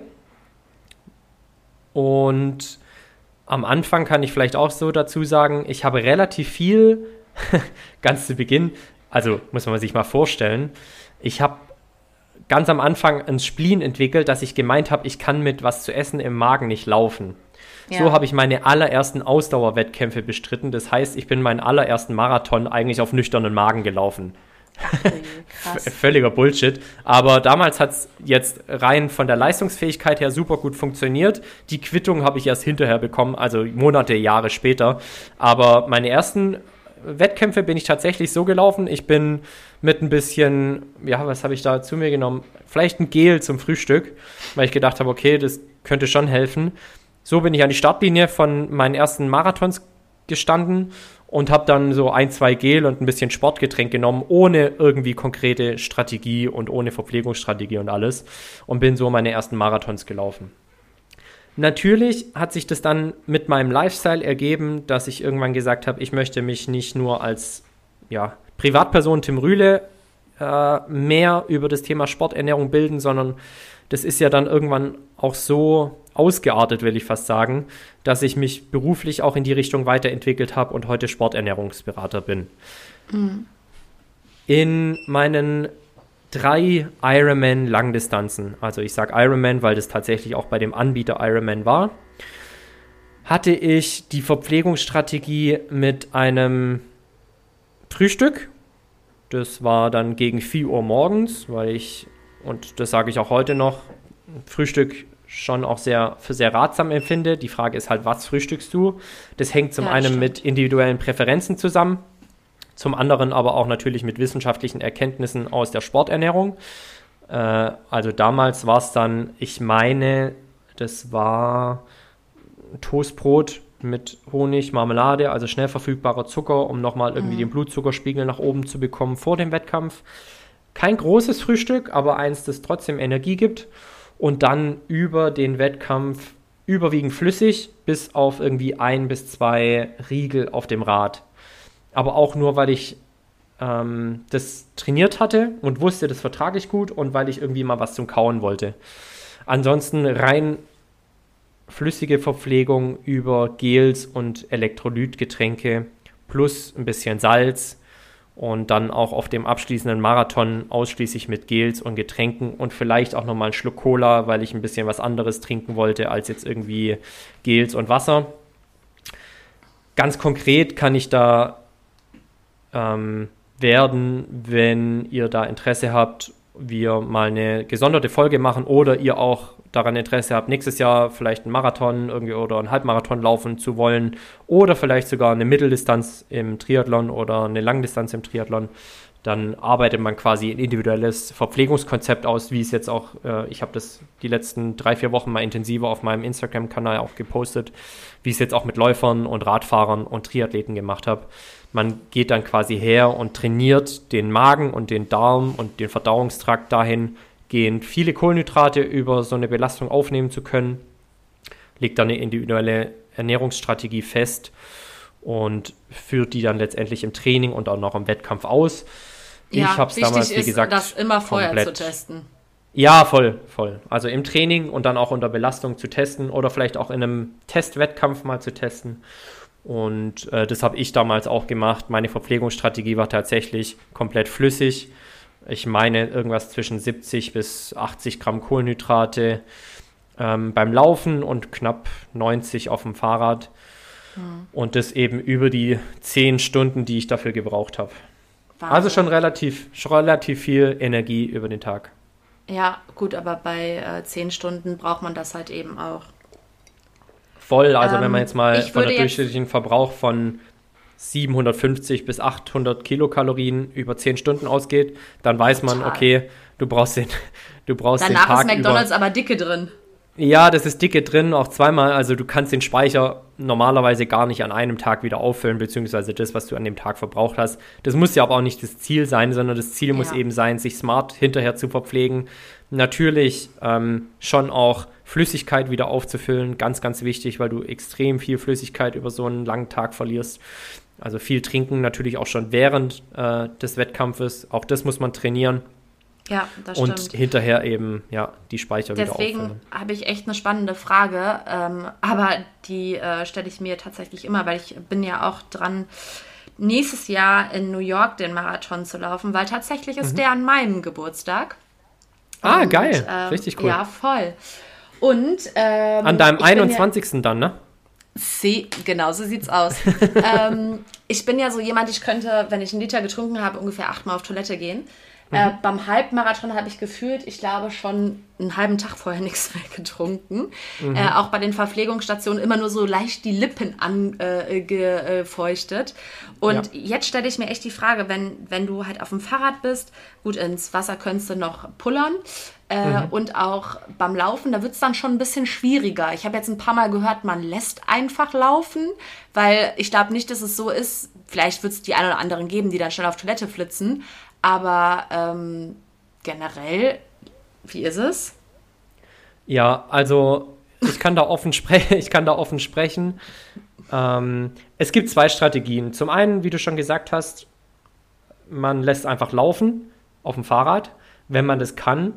Und am Anfang kann ich vielleicht auch so dazu sagen, ich habe relativ viel, ganz zu Beginn, also muss man sich mal vorstellen, ich habe ganz am Anfang ein Spleen entwickelt, dass ich gemeint habe, ich kann mit was zu essen im Magen nicht laufen. Ja. So habe ich meine allerersten Ausdauerwettkämpfe bestritten. Das heißt, ich bin meinen allerersten Marathon eigentlich auf nüchternen Magen gelaufen. Völliger Bullshit. Aber damals hat es jetzt rein von der Leistungsfähigkeit her super gut funktioniert. Die Quittung habe ich erst hinterher bekommen, also Monate, Jahre später. Aber meine ersten Wettkämpfe bin ich tatsächlich so gelaufen. Ich bin mit ein bisschen, ja, was habe ich da zu mir genommen? Vielleicht ein Gel zum Frühstück, weil ich gedacht habe, okay, das könnte schon helfen. So bin ich an die Startlinie von meinen ersten Marathons gestanden und habe dann so 1, 2 Gel und ein bisschen Sportgetränk genommen, ohne irgendwie konkrete Strategie und ohne Verpflegungsstrategie und alles, und bin so meine ersten Marathons gelaufen. Natürlich hat sich das dann mit meinem Lifestyle ergeben, dass ich irgendwann gesagt habe, ich möchte mich nicht nur als Privatperson Tim Rühle mehr über das Thema Sporternährung bilden, sondern das ist ja dann irgendwann auch so ausgeartet, will ich fast sagen, dass ich mich beruflich auch in die Richtung weiterentwickelt habe und heute Sporternährungsberater bin. Mhm. In meinen 3 Ironman-Langdistanzen, also ich sage Ironman, weil das tatsächlich auch bei dem Anbieter Ironman war, hatte ich die Verpflegungsstrategie mit einem Frühstück. Das war dann gegen 4 Uhr morgens, weil ich, und das sage ich auch heute noch, Frühstück schon auch für sehr ratsam empfinde. Die Frage ist halt, was frühstückst du? Das hängt zum einen mit individuellen Präferenzen zusammen, zum anderen aber auch natürlich mit wissenschaftlichen Erkenntnissen aus der Sporternährung. Also damals war es dann, ich meine, das war Toastbrot mit Honig, Marmelade, also schnell verfügbarer Zucker, um nochmal irgendwie den Blutzuckerspiegel nach oben zu bekommen vor dem Wettkampf. Kein großes Frühstück, aber eins, das trotzdem Energie gibt. Und dann über den Wettkampf überwiegend flüssig, bis auf irgendwie 1 bis 2 Riegel auf dem Rad. Aber auch nur, weil ich das trainiert hatte und wusste, das vertrage ich gut, und weil ich irgendwie mal was zum Kauen wollte. Ansonsten rein flüssige Verpflegung über Gels und Elektrolytgetränke plus ein bisschen Salz. Und dann auch auf dem abschließenden Marathon ausschließlich mit Gels und Getränken und vielleicht auch nochmal einen Schluck Cola, weil ich ein bisschen was anderes trinken wollte als jetzt irgendwie Gels und Wasser. Ganz konkret kann ich da werden, wenn ihr da Interesse habt, wir mal eine gesonderte Folge machen oder ihr auch daran Interesse habt, nächstes Jahr vielleicht einen Marathon irgendwie oder einen Halbmarathon laufen zu wollen oder vielleicht sogar eine Mitteldistanz im Triathlon oder eine Langdistanz im Triathlon, dann arbeitet man quasi ein individuelles Verpflegungskonzept aus, wie es jetzt auch, ich habe das die letzten 3-4 Wochen mal intensiver auf meinem Instagram-Kanal auch gepostet, wie ich es jetzt auch mit Läufern und Radfahrern und Triathleten gemacht habe. Man geht dann quasi her und trainiert den Magen und den Darm und den Verdauungstrakt dahingehend, viele Kohlenhydrate über so eine Belastung aufnehmen zu können, legt dann eine individuelle Ernährungsstrategie fest und führt die dann letztendlich im Training und auch noch im Wettkampf aus. Ja, ich habe es damals, wie gesagt, das immer vorher zu testen. Ja, voll. Also im Training und dann auch unter Belastung zu testen oder vielleicht auch in einem Testwettkampf mal zu testen. Und das habe ich damals auch gemacht. Meine Verpflegungsstrategie war tatsächlich komplett flüssig. Ich meine irgendwas zwischen 70 bis 80 Gramm Kohlenhydrate beim Laufen und knapp 90 auf dem Fahrrad. Und das eben über die 10 Stunden, die ich dafür gebraucht habe. Also schon relativ viel Energie über den Tag. Ja, gut, aber bei 10 Stunden braucht man das halt eben auch. Voll, also wenn man jetzt mal von der durchschnittlichen Verbrauch von 750 bis 800 Kilokalorien über 10 Stunden ausgeht, dann weiß man, okay, du brauchst den Tag danach ist McDonald's aber dicke drin. Ja, das ist dicke drin, auch zweimal. Also du kannst den Speicher normalerweise gar nicht an einem Tag wieder auffüllen, beziehungsweise das, was du an dem Tag verbraucht hast. Das muss ja aber auch nicht das Ziel sein, sondern das Ziel muss eben sein, sich smart hinterher zu verpflegen. Natürlich schon auch Flüssigkeit wieder aufzufüllen, ganz, ganz wichtig, weil du extrem viel Flüssigkeit über so einen langen Tag verlierst. Also viel trinken natürlich auch schon während des Wettkampfes. Auch das muss man trainieren. Ja, das stimmt. Und hinterher eben, die Speicher wieder auffüllen. Deswegen habe ich echt eine spannende Frage, aber die stelle ich mir tatsächlich immer, weil ich bin ja auch dran, nächstes Jahr in New York den Marathon zu laufen, weil tatsächlich ist der an meinem Geburtstag. Geil. Richtig cool. Ja, voll. Und an deinem 21. dann, ne? Genau, so sieht's aus. Ich bin ja so jemand, ich könnte, wenn ich einen Liter getrunken habe, ungefähr 8-mal auf Toilette gehen. Beim Halbmarathon habe ich gefühlt, ich glaube, schon einen halben Tag vorher nichts mehr getrunken. Auch bei den Verpflegungsstationen immer nur so leicht die Lippen angefeuchtet. Und jetzt stelle ich mir echt die Frage, wenn du halt auf dem Fahrrad bist, gut, ins Wasser könntest du noch pullern. Und auch beim Laufen, da wird es dann schon ein bisschen schwieriger. Ich habe jetzt ein paar Mal gehört, man lässt einfach laufen, weil ich glaube nicht, dass es so ist. Vielleicht wird es die einen oder anderen geben, die dann schnell auf Toilette flitzen. Aber generell, wie ist es? Ja, also ich kann da offen sprechen. Es gibt 2 Strategien. Zum einen, wie du schon gesagt hast, man lässt einfach laufen auf dem Fahrrad, wenn man das kann.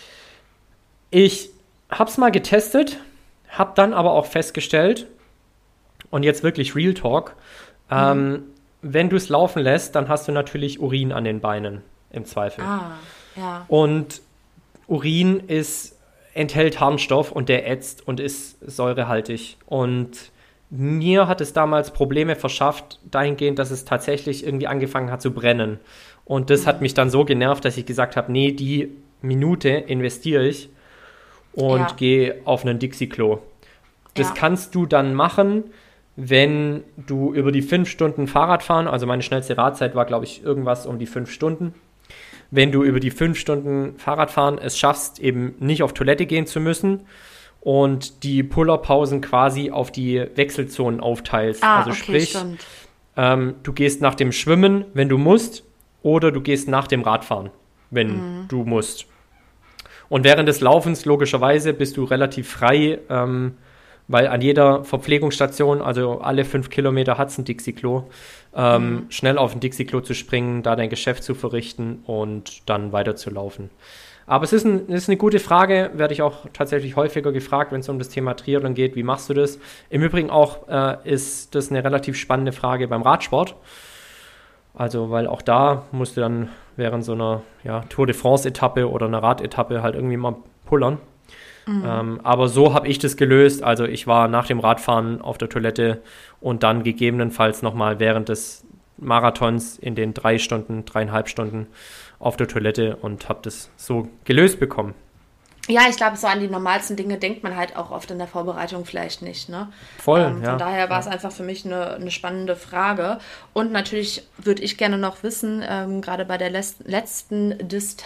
Ich habe es mal getestet, habe dann aber auch festgestellt, und jetzt wirklich Real Talk, wenn du es laufen lässt, dann hast du natürlich Urin an den Beinen, im Zweifel. Ja. Und Urin enthält Harnstoff und der ätzt und ist säurehaltig. Und mir hat es damals Probleme verschafft, dahingehend, dass es tatsächlich irgendwie angefangen hat zu brennen. Und das hat mich dann so genervt, dass ich gesagt habe, nee, die Minute investiere ich und gehe auf einen Dixie-Klo. Das kannst du dann machen, wenn du über die 5 Stunden Fahrrad fahren, also meine schnellste Radzeit war, glaube ich, irgendwas um die 5 Stunden. Wenn du über die 5 Stunden Fahrradfahren es schaffst, eben nicht auf Toilette gehen zu müssen und die Pullerpausen quasi auf die Wechselzonen aufteilst. Also okay, sprich, du gehst nach dem Schwimmen, wenn du musst, oder du gehst nach dem Radfahren, wenn du musst. Und während des Laufens, logischerweise, bist du relativ frei, weil an jeder Verpflegungsstation, also alle 5 Kilometer hat es ein Dixie-Klo, schnell auf ein Dixie-Klo zu springen, da dein Geschäft zu verrichten und dann weiterzulaufen. Aber es ist eine gute Frage, werde ich auch tatsächlich häufiger gefragt, wenn es um das Thema Triathlon geht, wie machst du das? Im Übrigen auch ist das eine relativ spannende Frage beim Radsport. Also, weil auch da musst du dann während so einer Tour de France-Etappe oder einer Radetappe halt irgendwie mal pullern. Aber so habe ich das gelöst. Also ich war nach dem Radfahren auf der Toilette und dann gegebenenfalls nochmal während des Marathons in den 3,5 Stunden auf der Toilette und habe das so gelöst bekommen. Ja, ich glaube, so an die normalsten Dinge denkt man halt auch oft in der Vorbereitung vielleicht nicht, ne? Voll, Von daher war es einfach für mich eine spannende Frage. Und natürlich würde ich gerne noch wissen, gerade bei der letzten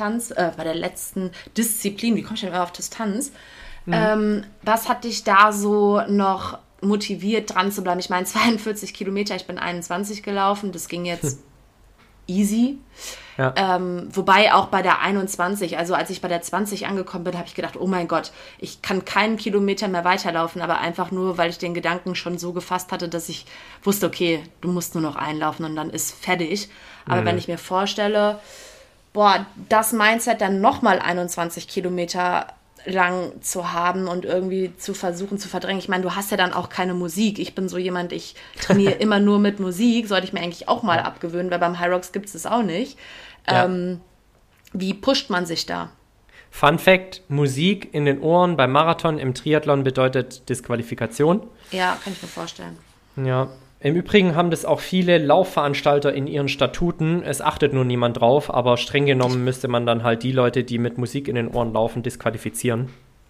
Disziplin, wie komme ich denn immer auf Distanz? Was hat dich da so noch motiviert, dran zu bleiben? Ich meine, 42 Kilometer, ich bin 21 gelaufen, das ging jetzt easy. Ja. Wobei auch bei der 21, also als ich bei der 20 angekommen bin, habe ich gedacht, oh mein Gott, ich kann keinen Kilometer mehr weiterlaufen, aber einfach nur, weil ich den Gedanken schon so gefasst hatte, dass ich wusste, okay, du musst nur noch einlaufen und dann ist fertig. Aber wenn ich mir vorstelle, das Mindset dann nochmal 21 Kilometer lang zu haben und irgendwie zu versuchen zu verdrängen. Ich meine, du hast ja dann auch keine Musik. Ich bin so jemand, ich trainiere immer nur mit Musik. Sollte ich mir eigentlich auch mal abgewöhnen, weil beim High Rocks gibt es das auch nicht. Ja. Wie pusht man sich da? Fun Fact, Musik in den Ohren beim Marathon im Triathlon bedeutet Disqualifikation. Ja, kann ich mir vorstellen. Ja, im Übrigen haben das auch viele Laufveranstalter in ihren Statuten. Es achtet nur niemand drauf, aber streng genommen müsste man dann halt die Leute, die mit Musik in den Ohren laufen, disqualifizieren.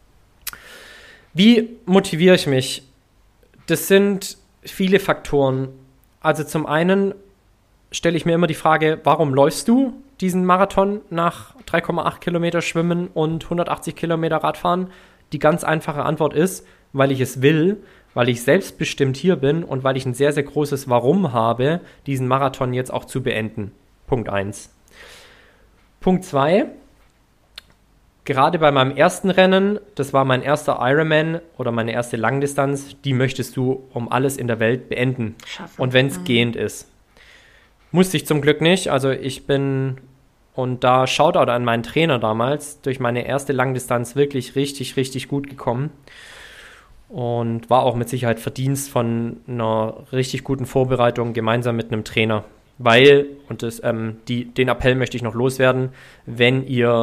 Wie motiviere ich mich? Das sind viele Faktoren. Also zum einen stelle ich mir immer die Frage, warum läufst du diesen Marathon nach 3,8 Kilometer Schwimmen und 180 Kilometer Radfahren? Die ganz einfache Antwort ist, weil ich es will, weil ich selbstbestimmt hier bin und weil ich ein sehr, sehr großes Warum habe, diesen Marathon jetzt auch zu beenden. Punkt 1. Punkt 2. Gerade bei meinem ersten Rennen, das war mein erster Ironman oder meine erste Langdistanz, die möchtest du um alles in der Welt beenden. Schaffen. Und wenn es gehend ist. Musste ich zum Glück nicht. Also ich bin, und da Shoutout an meinen Trainer damals, durch meine erste Langdistanz wirklich richtig, richtig gut gekommen. Und war auch mit Sicherheit Verdienst von einer richtig guten Vorbereitung gemeinsam mit einem Trainer. Weil, und den Appell möchte ich noch loswerden, wenn ihr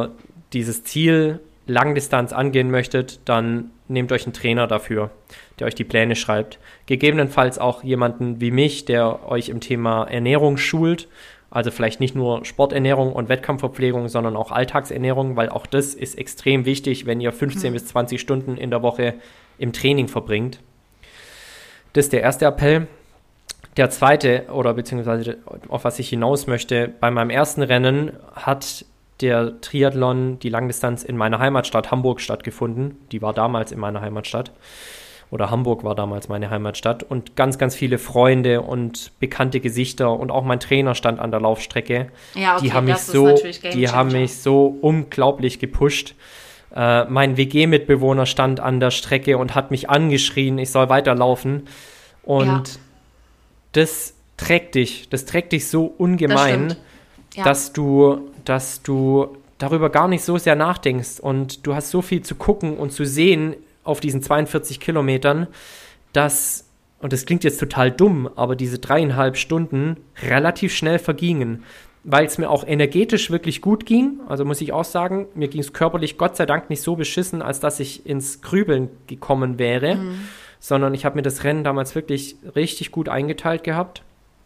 dieses Ziel Langdistanz angehen möchtet, dann nehmt euch einen Trainer dafür, der euch die Pläne schreibt. Gegebenenfalls auch jemanden wie mich, der euch im Thema Ernährung schult. Also vielleicht nicht nur Sporternährung und Wettkampfverpflegung, sondern auch Alltagsernährung, weil auch das ist extrem wichtig, wenn ihr 15 bis 20 Stunden in der Woche im Training verbringt. Das ist der erste Appell. Der zweite, oder beziehungsweise auf was ich hinaus möchte, bei meinem ersten Rennen hat der Triathlon, die Langdistanz in meiner Heimatstadt Hamburg stattgefunden. Die war damals in meiner Heimatstadt. Oder Hamburg war damals meine Heimatstadt. Und ganz, ganz viele Freunde und bekannte Gesichter und auch mein Trainer stand an der Laufstrecke. Ja, okay, die haben mich so unglaublich gepusht. Mein WG-Mitbewohner stand an der Strecke und hat mich angeschrien, ich soll weiterlaufen. Und das trägt dich so ungemein, dass du darüber gar nicht so sehr nachdenkst. Und du hast so viel zu gucken und zu sehen auf diesen 42 Kilometern, und das klingt jetzt total dumm, aber diese 3,5 Stunden relativ schnell vergingen, weil es mir auch energetisch wirklich gut ging. Also muss ich auch sagen, mir ging es körperlich Gott sei Dank nicht so beschissen, als dass ich ins Grübeln gekommen wäre, sondern ich habe mir das Rennen damals wirklich richtig gut eingeteilt gehabt.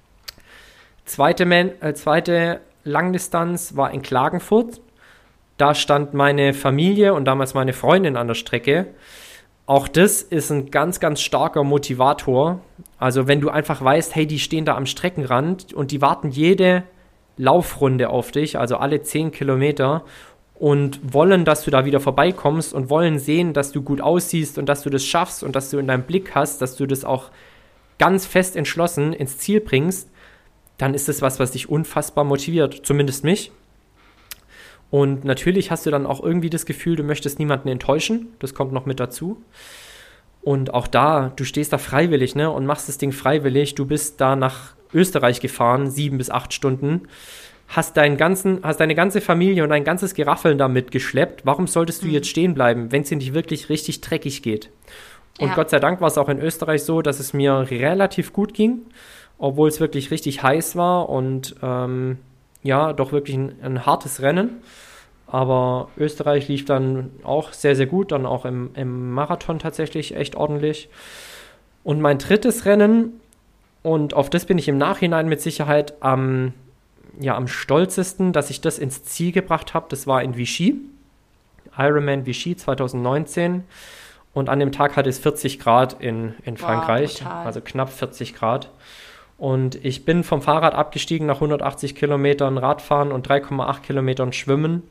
Zweite Langdistanz war in Klagenfurt. Da stand meine Familie und damals meine Freundin an der Strecke. Auch das ist ein ganz, ganz starker Motivator. Also wenn du einfach weißt, hey, die stehen da am Streckenrand und die warten jede Laufrunde auf dich, also alle 10 Kilometer und wollen, dass du da wieder vorbeikommst und wollen sehen, dass du gut aussiehst und dass du das schaffst und dass du in deinem Blick hast, dass du das auch ganz fest entschlossen ins Ziel bringst, dann ist das was dich unfassbar motiviert, zumindest mich. Und natürlich hast du dann auch irgendwie das Gefühl, du möchtest niemanden enttäuschen. Das kommt noch mit dazu. Und auch da, du stehst da freiwillig, ne, und machst das Ding freiwillig. Du bist da nach Österreich gefahren, 7 bis 8 Stunden. Hast deine ganze Familie und dein ganzes Geraffeln da mitgeschleppt. Warum solltest du jetzt stehen bleiben, wenn es dir nicht wirklich richtig dreckig geht? Und Gott sei Dank war es auch in Österreich so, dass es mir relativ gut ging, obwohl es wirklich richtig heiß war und doch wirklich ein hartes Rennen. Aber Österreich lief dann auch sehr, sehr gut, dann auch im Marathon tatsächlich echt ordentlich. Und mein drittes Rennen, und auf das bin ich im Nachhinein mit Sicherheit am stolzesten, dass ich das ins Ziel gebracht habe, das war in Vichy, Ironman Vichy 2019. Und an dem Tag hatte es 40 Grad in Frankreich, brutal. Also knapp 40 Grad. Und ich bin vom Fahrrad abgestiegen nach 180 Kilometern Radfahren und 3,8 Kilometern Schwimmen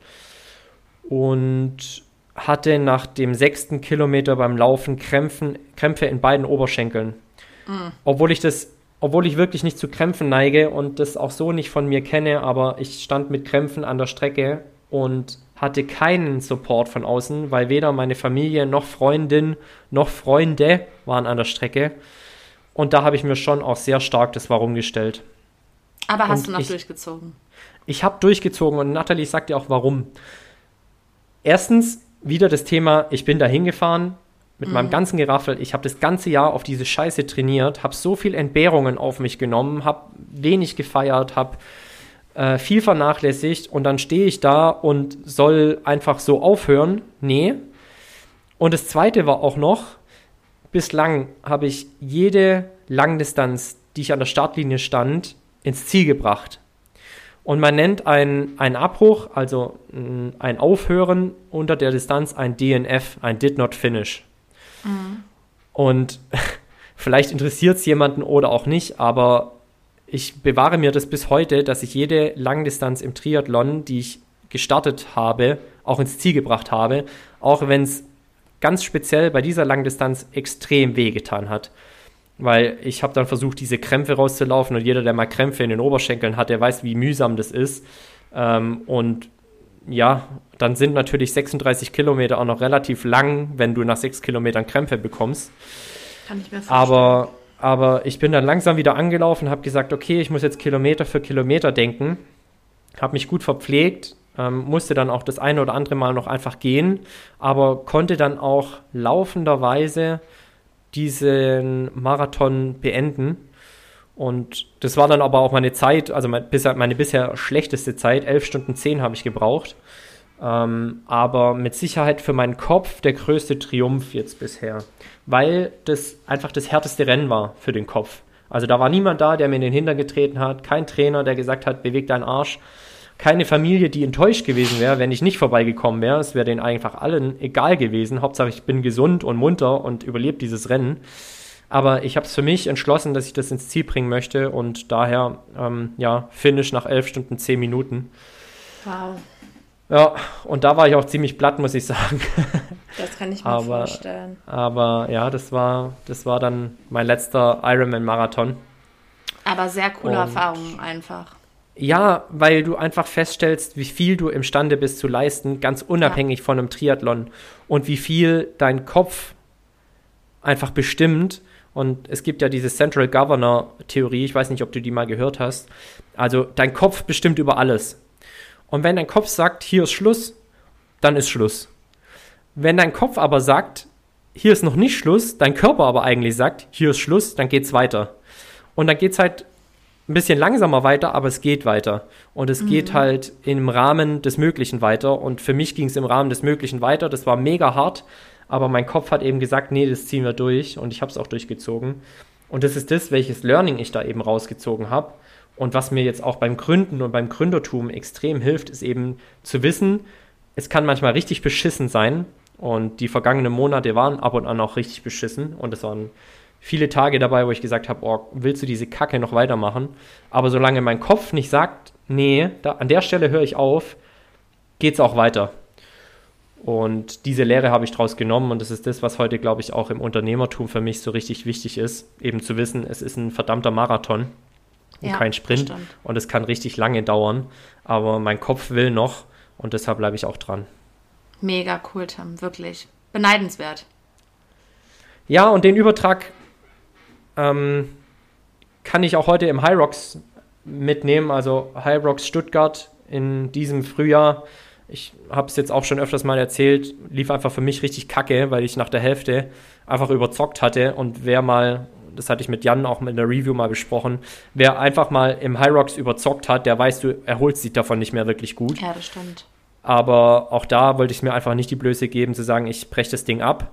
und hatte nach dem 6. Kilometer beim Laufen Krämpfe in beiden Oberschenkeln. Obwohl ich wirklich nicht zu Krämpfen neige und das auch so nicht von mir kenne, aber ich stand mit Krämpfen an der Strecke und hatte keinen Support von außen, weil weder meine Familie noch Freundin noch Freunde waren an der Strecke. Und da habe ich mir schon auch sehr stark das Warum gestellt. Aber hast du noch durchgezogen? Ich habe durchgezogen und Nathalie sagt dir auch warum. Erstens wieder das Thema, ich bin da hingefahren mit meinem ganzen Geraffel. Ich habe das ganze Jahr auf diese Scheiße trainiert, habe so viel Entbehrungen auf mich genommen, habe wenig gefeiert, habe viel vernachlässigt und dann stehe ich da und soll einfach so aufhören. Nee. Und das Zweite war auch noch, bislang habe ich jede Langdistanz, die ich an der Startlinie stand, ins Ziel gebracht. Und man nennt einen Abbruch, also ein Aufhören unter der Distanz, ein DNF, ein Did Not Finish. Und vielleicht interessiert es jemanden oder auch nicht, aber ich bewahre mir das bis heute, dass ich jede Langdistanz im Triathlon, die ich gestartet habe, auch ins Ziel gebracht habe, auch wenn es ganz speziell bei dieser Langdistanz extrem wehgetan hat. Weil ich habe dann versucht, diese Krämpfe rauszulaufen und jeder, der mal Krämpfe in den Oberschenkeln hat, der weiß, wie mühsam das ist. Und ja, dann sind natürlich 36 Kilometer auch noch relativ lang, wenn du nach 6 Kilometern Krämpfe bekommst. Kann ich mir vorstellen. Aber ich bin dann langsam wieder angelaufen, habe gesagt, okay, ich muss jetzt Kilometer für Kilometer denken. Habe mich gut verpflegt, musste dann auch das eine oder andere Mal noch einfach gehen, aber konnte dann auch laufenderweise diesen Marathon beenden. Und das war dann aber auch meine Zeit, also meine bisher schlechteste Zeit, 11 Stunden 10 habe ich gebraucht. Aber mit Sicherheit für meinen Kopf der größte Triumph jetzt bisher, weil das einfach das härteste Rennen war für den Kopf. Also da war niemand da, der mir in den Hintern getreten hat, kein Trainer, der gesagt hat, beweg deinen Arsch, keine Familie, die enttäuscht gewesen wäre, wenn ich nicht vorbeigekommen wäre. Es wäre denen einfach allen egal gewesen. Hauptsache ich bin gesund und munter und überlebe dieses Rennen. Aber ich habe es für mich entschlossen, dass ich das ins Ziel bringen möchte und daher, Finish nach 11 Stunden 10 Minuten. Wow. Ja, und da war ich auch ziemlich platt, muss ich sagen. Das kann ich mir vorstellen. Aber ja, das war dann mein letzter Ironman-Marathon. Aber sehr coole Erfahrung einfach. Ja, weil du einfach feststellst, wie viel du imstande bist zu leisten, ganz unabhängig von einem Triathlon und wie viel dein Kopf einfach bestimmt. Und es gibt ja diese Central Governor-Theorie, ich weiß nicht, ob du die mal gehört hast. Also dein Kopf bestimmt über alles. Und wenn dein Kopf sagt, hier ist Schluss, dann ist Schluss. Wenn dein Kopf aber sagt, hier ist noch nicht Schluss, dein Körper aber eigentlich sagt, hier ist Schluss, dann geht's weiter. Und dann geht's halt ein bisschen langsamer weiter, aber es geht weiter. Und es geht halt im Rahmen des Möglichen weiter. Und für mich ging es im Rahmen des Möglichen weiter. Das war mega hart, aber mein Kopf hat eben gesagt, nee, das ziehen wir durch. Und ich habe es auch durchgezogen. Und das ist das, welches Learning ich da eben rausgezogen habe. Und was mir jetzt auch beim Gründen und beim Gründertum extrem hilft, ist eben zu wissen, es kann manchmal richtig beschissen sein. Und die vergangenen Monate waren ab und an auch richtig beschissen. Und es waren viele Tage dabei, wo ich gesagt habe, oh, willst du diese Kacke noch weitermachen? Aber solange mein Kopf nicht sagt, nee, an der Stelle höre ich auf, geht's auch weiter. Und diese Lehre habe ich draus genommen und das ist das, was heute, glaube ich, auch im Unternehmertum für mich so richtig wichtig ist, eben zu wissen, es ist ein verdammter Marathon und kein Sprint. Bestimmt. Und es kann richtig lange dauern, aber mein Kopf will noch und deshalb bleibe ich auch dran. Mega cool, Tim, wirklich. Beneidenswert. Ja, und den Übertrag kann ich auch heute im Hyrox mitnehmen, also Hyrox Stuttgart in diesem Frühjahr. Ich habe es jetzt auch schon öfters mal erzählt, lief einfach für mich richtig kacke, weil ich nach der Hälfte einfach überzockt hatte und wer mal, das hatte ich mit Jan auch in der Review mal besprochen, wer einfach mal im Hyrox überzockt hat, der weiß, du erholst dich davon nicht mehr wirklich gut. Ja, das stimmt. Aber auch da wollte ich mir einfach nicht die Blöße geben, zu sagen, ich breche das Ding ab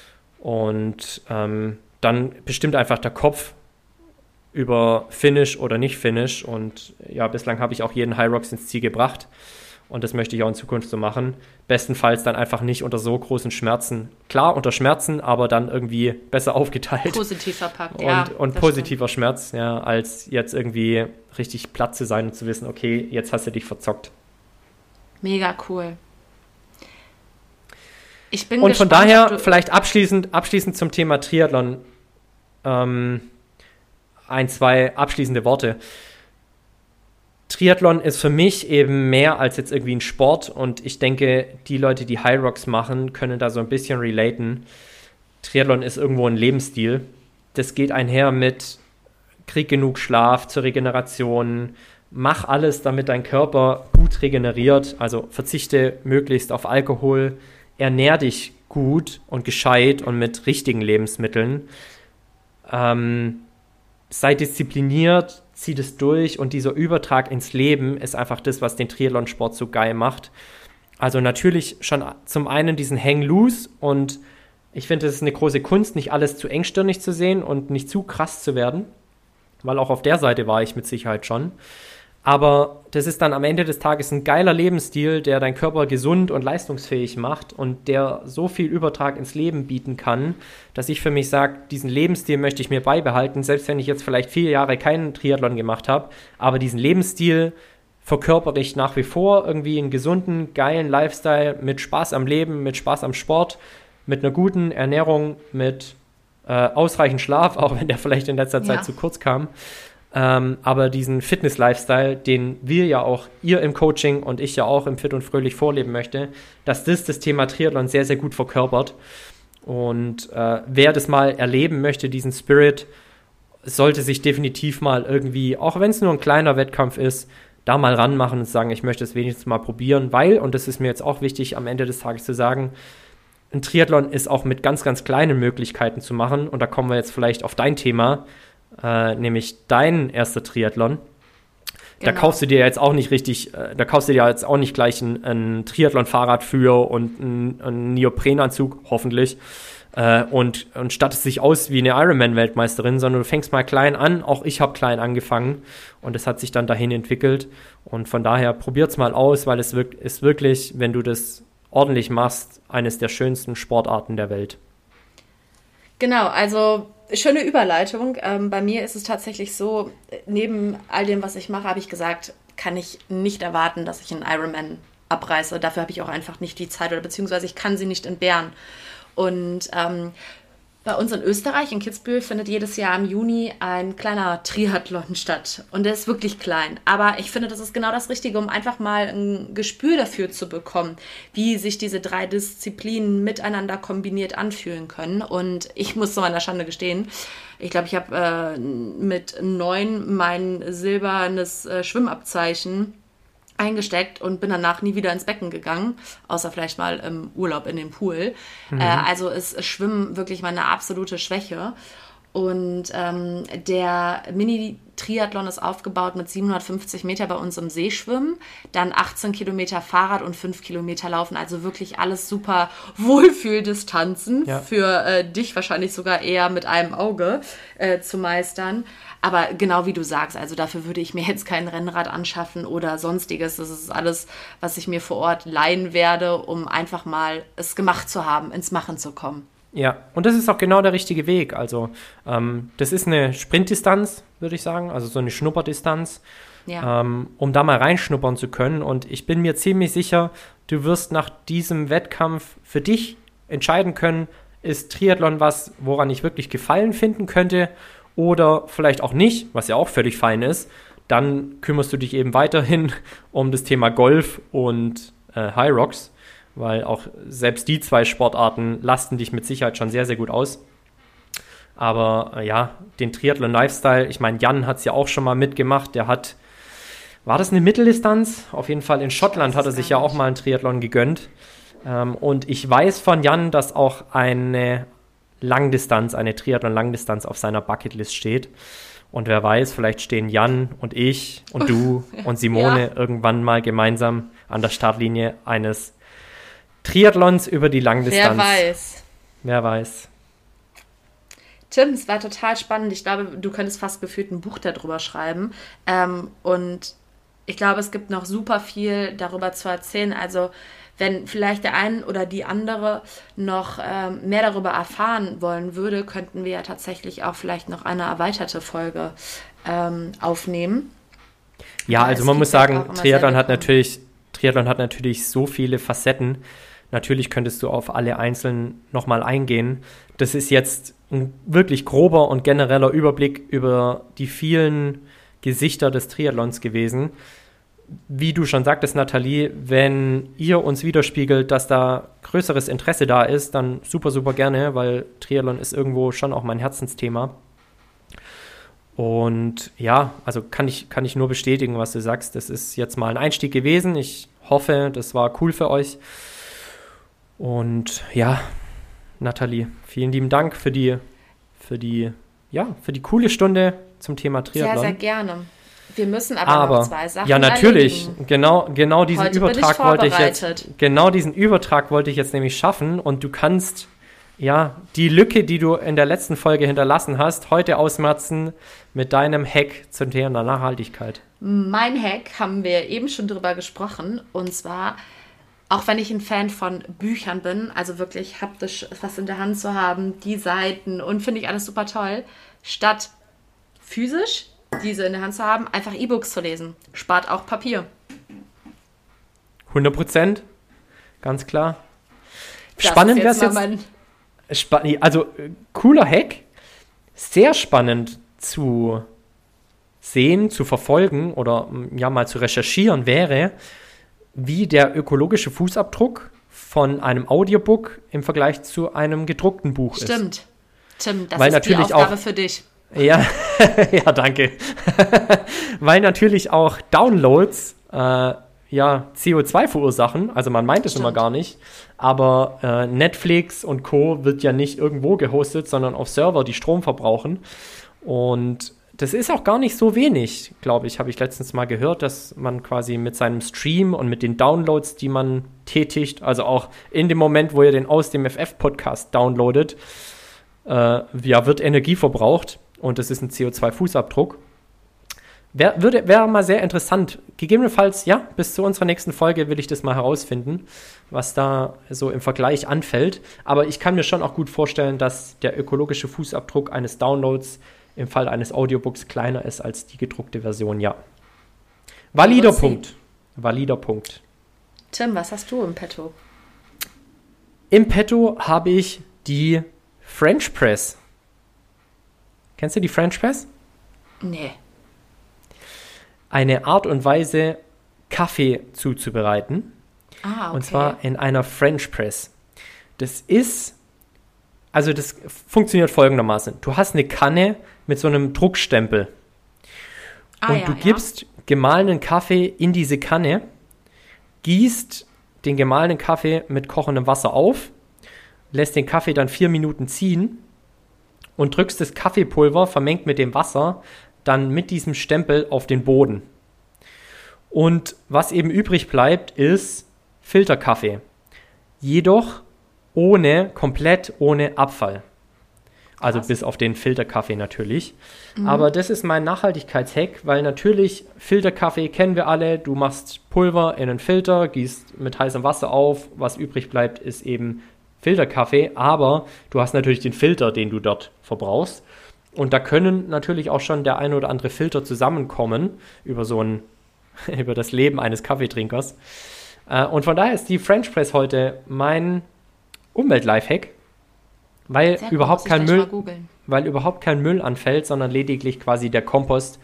und dann bestimmt einfach der Kopf über Finish oder nicht Finish. Und ja, bislang habe ich auch jeden Hyrox ins Ziel gebracht. Und das möchte ich auch in Zukunft so machen. Bestenfalls dann einfach nicht unter so großen Schmerzen. Klar, unter Schmerzen, aber dann irgendwie besser aufgeteilt. Positiv verpackt, und positiver stimmt. Schmerz, ja, als jetzt irgendwie richtig platt zu sein und zu wissen, okay, jetzt hast du dich verzockt. Mega cool. Ich bin und gespannt, von daher vielleicht abschließend zum Thema Triathlon ein, zwei abschließende Worte. Triathlon ist für mich eben mehr als jetzt irgendwie ein Sport und ich denke, die Leute, die Hyrox machen, können da so ein bisschen relaten. Triathlon ist irgendwo ein Lebensstil. Das geht einher mit krieg genug Schlaf zur Regeneration, mach alles, damit dein Körper gut regeneriert, also verzichte möglichst auf Alkohol, ernähr dich gut und gescheit und mit richtigen Lebensmitteln. Sei diszipliniert, zieh das durch und dieser Übertrag ins Leben ist einfach das, was den Triathlon-Sport so geil macht. Also natürlich schon zum einen diesen Hang loose und ich finde, es ist eine große Kunst, nicht alles zu engstirnig zu sehen und nicht zu krass zu werden, weil auch auf der Seite war ich mit Sicherheit schon. Aber das ist dann am Ende des Tages ein geiler Lebensstil, der deinen Körper gesund und leistungsfähig macht und der so viel Übertrag ins Leben bieten kann, dass ich für mich sage, diesen Lebensstil möchte ich mir beibehalten, selbst wenn ich jetzt vielleicht 4 Jahre keinen Triathlon gemacht habe, aber diesen Lebensstil verkörpere ich nach wie vor irgendwie einen gesunden, geilen Lifestyle mit Spaß am Leben, mit Spaß am Sport, mit einer guten Ernährung, mit ausreichend Schlaf, auch wenn der vielleicht in letzter Zeit zu kurz kam. Aber diesen Fitness-Lifestyle, den wir ja auch, ihr im Coaching und ich ja auch im Fit und Fröhlich vorleben möchte, dass das Thema Triathlon sehr, sehr gut verkörpert. Und wer das mal erleben möchte, diesen Spirit, sollte sich definitiv mal irgendwie, auch wenn es nur ein kleiner Wettkampf ist, da mal ranmachen und sagen, ich möchte es wenigstens mal probieren, weil, und das ist mir jetzt auch wichtig, am Ende des Tages zu sagen, ein Triathlon ist auch mit ganz, ganz kleinen Möglichkeiten zu machen. Und da kommen wir jetzt vielleicht auf dein Thema, nämlich dein erster Triathlon. Da kaufst du dir jetzt auch nicht gleich ein Triathlon-Fahrrad für und einen Neoprenanzug, hoffentlich, und stattest dich aus wie eine Ironman-Weltmeisterin, sondern du fängst mal klein an. Auch ich habe klein angefangen und es hat sich dann dahin entwickelt. Und von daher probiert's mal aus, weil es ist wirklich, wenn du das ordentlich machst, eines der schönsten Sportarten der Welt. Genau, also schöne Überleitung. Bei mir ist es tatsächlich so, neben all dem, was ich mache, habe ich gesagt, kann ich nicht erwarten, dass ich einen Ironman abreiße. Dafür habe ich auch einfach nicht die Zeit oder beziehungsweise ich kann sie nicht entbehren. Und bei uns in Österreich, in Kitzbühel, findet jedes Jahr im Juni ein kleiner Triathlon statt. Und der ist wirklich klein. Aber ich finde, das ist genau das Richtige, um einfach mal ein Gespür dafür zu bekommen, wie sich diese 3 Disziplinen miteinander kombiniert anfühlen können. Und ich muss zu meiner Schande gestehen, ich glaube, ich habe mit 9 mein silbernes Schwimmabzeichen eingesteckt und bin danach nie wieder ins Becken gegangen, außer vielleicht mal im Urlaub in den Pool. Also ist Schwimmen wirklich meine absolute Schwäche. Und der Mini-Triathlon ist aufgebaut mit 750 Meter bei uns im Seeschwimmen, dann 18 Kilometer Fahrrad und 5 Kilometer Laufen. Also wirklich alles super Wohlfühldistanzen, für dich wahrscheinlich sogar eher mit einem Auge zu meistern. Aber genau wie du sagst, also dafür würde ich mir jetzt kein Rennrad anschaffen oder sonstiges. Das ist alles, was ich mir vor Ort leihen werde, um einfach mal es gemacht zu haben, ins Machen zu kommen. Ja, und das ist auch genau der richtige Weg. Also das ist eine Sprintdistanz, würde ich sagen, also so eine Schnupperdistanz, um da mal reinschnuppern zu können. Und ich bin mir ziemlich sicher, du wirst nach diesem Wettkampf für dich entscheiden können, ist Triathlon was, woran ich wirklich Gefallen finden könnte oder vielleicht auch nicht, was ja auch völlig fein ist. Dann kümmerst du dich eben weiterhin um das Thema Golf und High Rocks, weil auch selbst die 2 Sportarten lasten dich mit Sicherheit schon sehr, sehr gut aus. Aber den Triathlon-Lifestyle, ich meine, Jan hat es ja auch schon mal mitgemacht, war das eine Mitteldistanz? Auf jeden Fall in Schottland hat er sich ja auch mal einen Triathlon gegönnt. Und ich weiß von Jan, dass auch eine Triathlon-Langdistanz auf seiner Bucketlist steht. Und wer weiß, vielleicht stehen Jan und ich und du und Simone irgendwann mal gemeinsam an der Startlinie eines Triathlons über die Langdistanz. Wer weiß. Tim, es war total spannend. Ich glaube, du könntest fast gefühlt ein Buch darüber schreiben. Und ich glaube, es gibt noch super viel darüber zu erzählen. Also wenn vielleicht der ein oder die andere noch mehr darüber erfahren wollen würde, könnten wir ja tatsächlich auch vielleicht noch eine erweiterte Folge aufnehmen. Ja, also man muss sagen, Triathlon hat natürlich so viele Facetten. Natürlich könntest du auf alle einzeln nochmal eingehen. Das ist jetzt ein wirklich grober und genereller Überblick über die vielen Gesichter des Triathlons gewesen. Wie du schon sagtest, Nathalie, wenn ihr uns widerspiegelt, dass da größeres Interesse da ist, dann super, super gerne, weil Triathlon ist irgendwo schon auch mein Herzensthema. Und ja, also kann ich nur bestätigen, was du sagst. Das ist jetzt mal ein Einstieg gewesen. Ich hoffe, das war cool für euch. Und ja, Nathalie, vielen lieben Dank für die coole Stunde zum Thema Triathlon. Sehr, sehr gerne. Wir müssen aber noch 2 Sachen ja, natürlich. erledigen. Genau diesen Übertrag wollte ich jetzt nämlich schaffen und du kannst die Lücke, die du in der letzten Folge hinterlassen hast, heute ausmerzen mit deinem Hack zum Thema Nachhaltigkeit. Mein Hack haben wir eben schon drüber gesprochen und zwar, auch wenn ich ein Fan von Büchern bin, also wirklich haptisch was in der Hand zu haben, die Seiten und finde ich alles super toll, statt physisch diese in der Hand zu haben, einfach E-Books zu lesen. Spart auch Papier. 100%, ganz klar. Spannend wäre es jetzt. Also, cooler Hack. Sehr spannend zu sehen, zu verfolgen oder mal zu recherchieren wäre, wie der ökologische Fußabdruck von einem Audiobook im Vergleich zu einem gedruckten Buch ist. Stimmt. Tim, das ist die Aufgabe für dich. Ja, ja, danke. Weil natürlich auch Downloads CO2 verursachen. Also man meint es immer gar nicht. Aber Netflix und Co. wird ja nicht irgendwo gehostet, sondern auf Server, die Strom verbrauchen. Und das ist auch gar nicht so wenig, glaube ich, habe ich letztens mal gehört, dass man quasi mit seinem Stream und mit den Downloads, die man tätigt, also auch in dem Moment, wo ihr den aus dem FF-Podcast downloadet, wird Energie verbraucht und das ist ein CO2-Fußabdruck. Wäre mal sehr interessant. Gegebenenfalls, ja, bis zu unserer nächsten Folge will ich das mal herausfinden, was da so im Vergleich anfällt. Aber ich kann mir schon auch gut vorstellen, dass der ökologische Fußabdruck eines Downloads im Fall eines Audiobooks kleiner ist als die gedruckte Version, ja. Valider Punkt. Valider Punkt. Tim, was hast du im Petto? Im Petto habe ich die French Press. Kennst du die French Press? Nee. Eine Art und Weise, Kaffee zuzubereiten. Ah, okay. Und zwar in einer French Press. Das funktioniert folgendermaßen. Du hast eine Kanne mit so einem Druckstempel. Und du gibst gemahlenen Kaffee in diese Kanne, gießt den gemahlenen Kaffee mit kochendem Wasser auf, lässt den Kaffee dann 4 Minuten ziehen und drückst das Kaffeepulver, vermengt mit dem Wasser, dann mit diesem Stempel auf den Boden. Und was eben übrig bleibt, ist Filterkaffee. Jedoch komplett ohne Abfall. Also bis auf den Filterkaffee natürlich. Mhm. Aber das ist mein Nachhaltigkeitshack, weil natürlich Filterkaffee kennen wir alle. Du machst Pulver in einen Filter, gießt mit heißem Wasser auf. Was übrig bleibt, ist eben Filterkaffee. Aber du hast natürlich den Filter, den du dort verbrauchst. Und da können natürlich auch schon der ein oder andere Filter zusammenkommen über über das Leben eines Kaffeetrinkers. Und von daher ist die French Press heute mein Umwelt-Lifehack, weil überhaupt kein Müll anfällt, sondern lediglich quasi der Kompost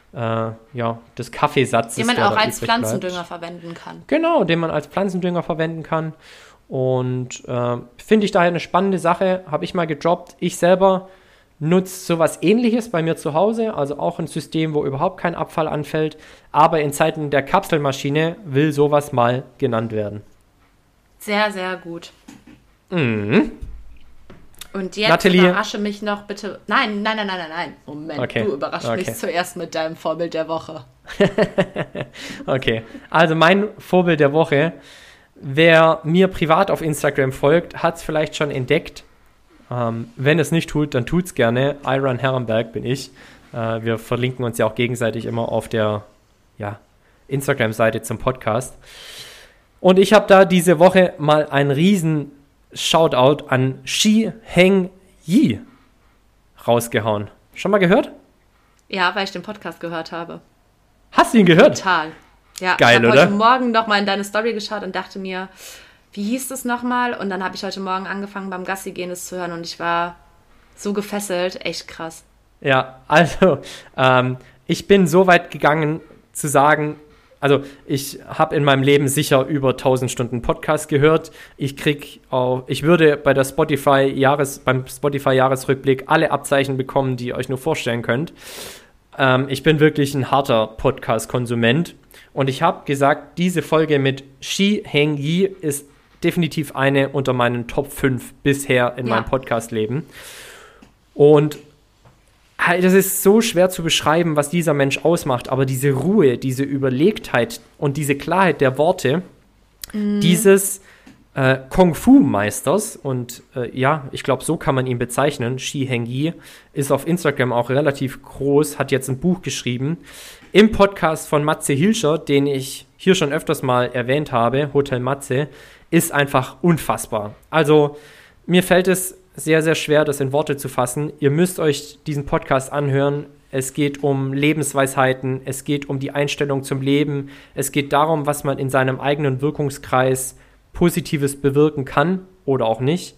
des Kaffeesatzes, den man auch als Pflanzendünger verwenden kann. Genau, den man als Pflanzendünger verwenden kann. Und finde ich daher eine spannende Sache, habe ich mal gedroppt. Ich selber nutzt sowas Ähnliches bei mir zu Hause, also auch ein System, wo überhaupt kein Abfall anfällt, aber in Zeiten der Kapselmaschine will sowas mal genannt werden. Sehr, sehr gut. Mhm. Und jetzt Nathalie, überrasche mich noch bitte. Nein. Moment, okay. Du überraschst mich zuerst mit deinem Vorbild der Woche. Okay, also mein Vorbild der Woche, wer mir privat auf Instagram folgt, hat es vielleicht schon entdeckt. Wenn es nicht tut, dann tut's gerne. Iron Herrenberg bin ich. Wir verlinken uns ja auch gegenseitig immer auf der Instagram-Seite zum Podcast. Und ich habe da diese Woche mal einen riesen Shoutout an Shi Heng Yi rausgehauen. Schon mal gehört? Ja, weil ich den Podcast gehört habe. Hast du ihn gehört? Total. Ja, geil, ich habe heute Morgen noch mal in deine Story geschaut und dachte mir, wie hieß das nochmal? Und dann habe ich heute Morgen angefangen, beim Gassi gehen es zu hören und ich war so gefesselt. Echt krass. Ja, also ich bin so weit gegangen zu sagen, also ich habe in meinem Leben sicher über 1000 Stunden Podcast gehört. Ich würde beim Spotify-Jahresrückblick alle Abzeichen bekommen, die ihr euch nur vorstellen könnt. Ich bin wirklich ein harter Podcast-Konsument. Und ich habe gesagt, diese Folge mit Shi Heng Yi ist definitiv eine unter meinen Top 5 bisher in meinem Podcast-Leben. Und das ist so schwer zu beschreiben, was dieser Mensch ausmacht, aber diese Ruhe, diese Überlegtheit und diese Klarheit der Worte, dieses Kung-Fu-Meisters und ich glaube, so kann man ihn bezeichnen, Shi Heng Yi, ist auf Instagram auch relativ groß, hat jetzt ein Buch geschrieben, im Podcast von Matze Hilscher, den ich hier schon öfters mal erwähnt habe, Hotel Matze, ist einfach unfassbar. Also mir fällt es sehr, sehr schwer, das in Worte zu fassen. Ihr müsst euch diesen Podcast anhören. Es geht um Lebensweisheiten, es geht um die Einstellung zum Leben, es geht darum, was man in seinem eigenen Wirkungskreis Positives bewirken kann oder auch nicht.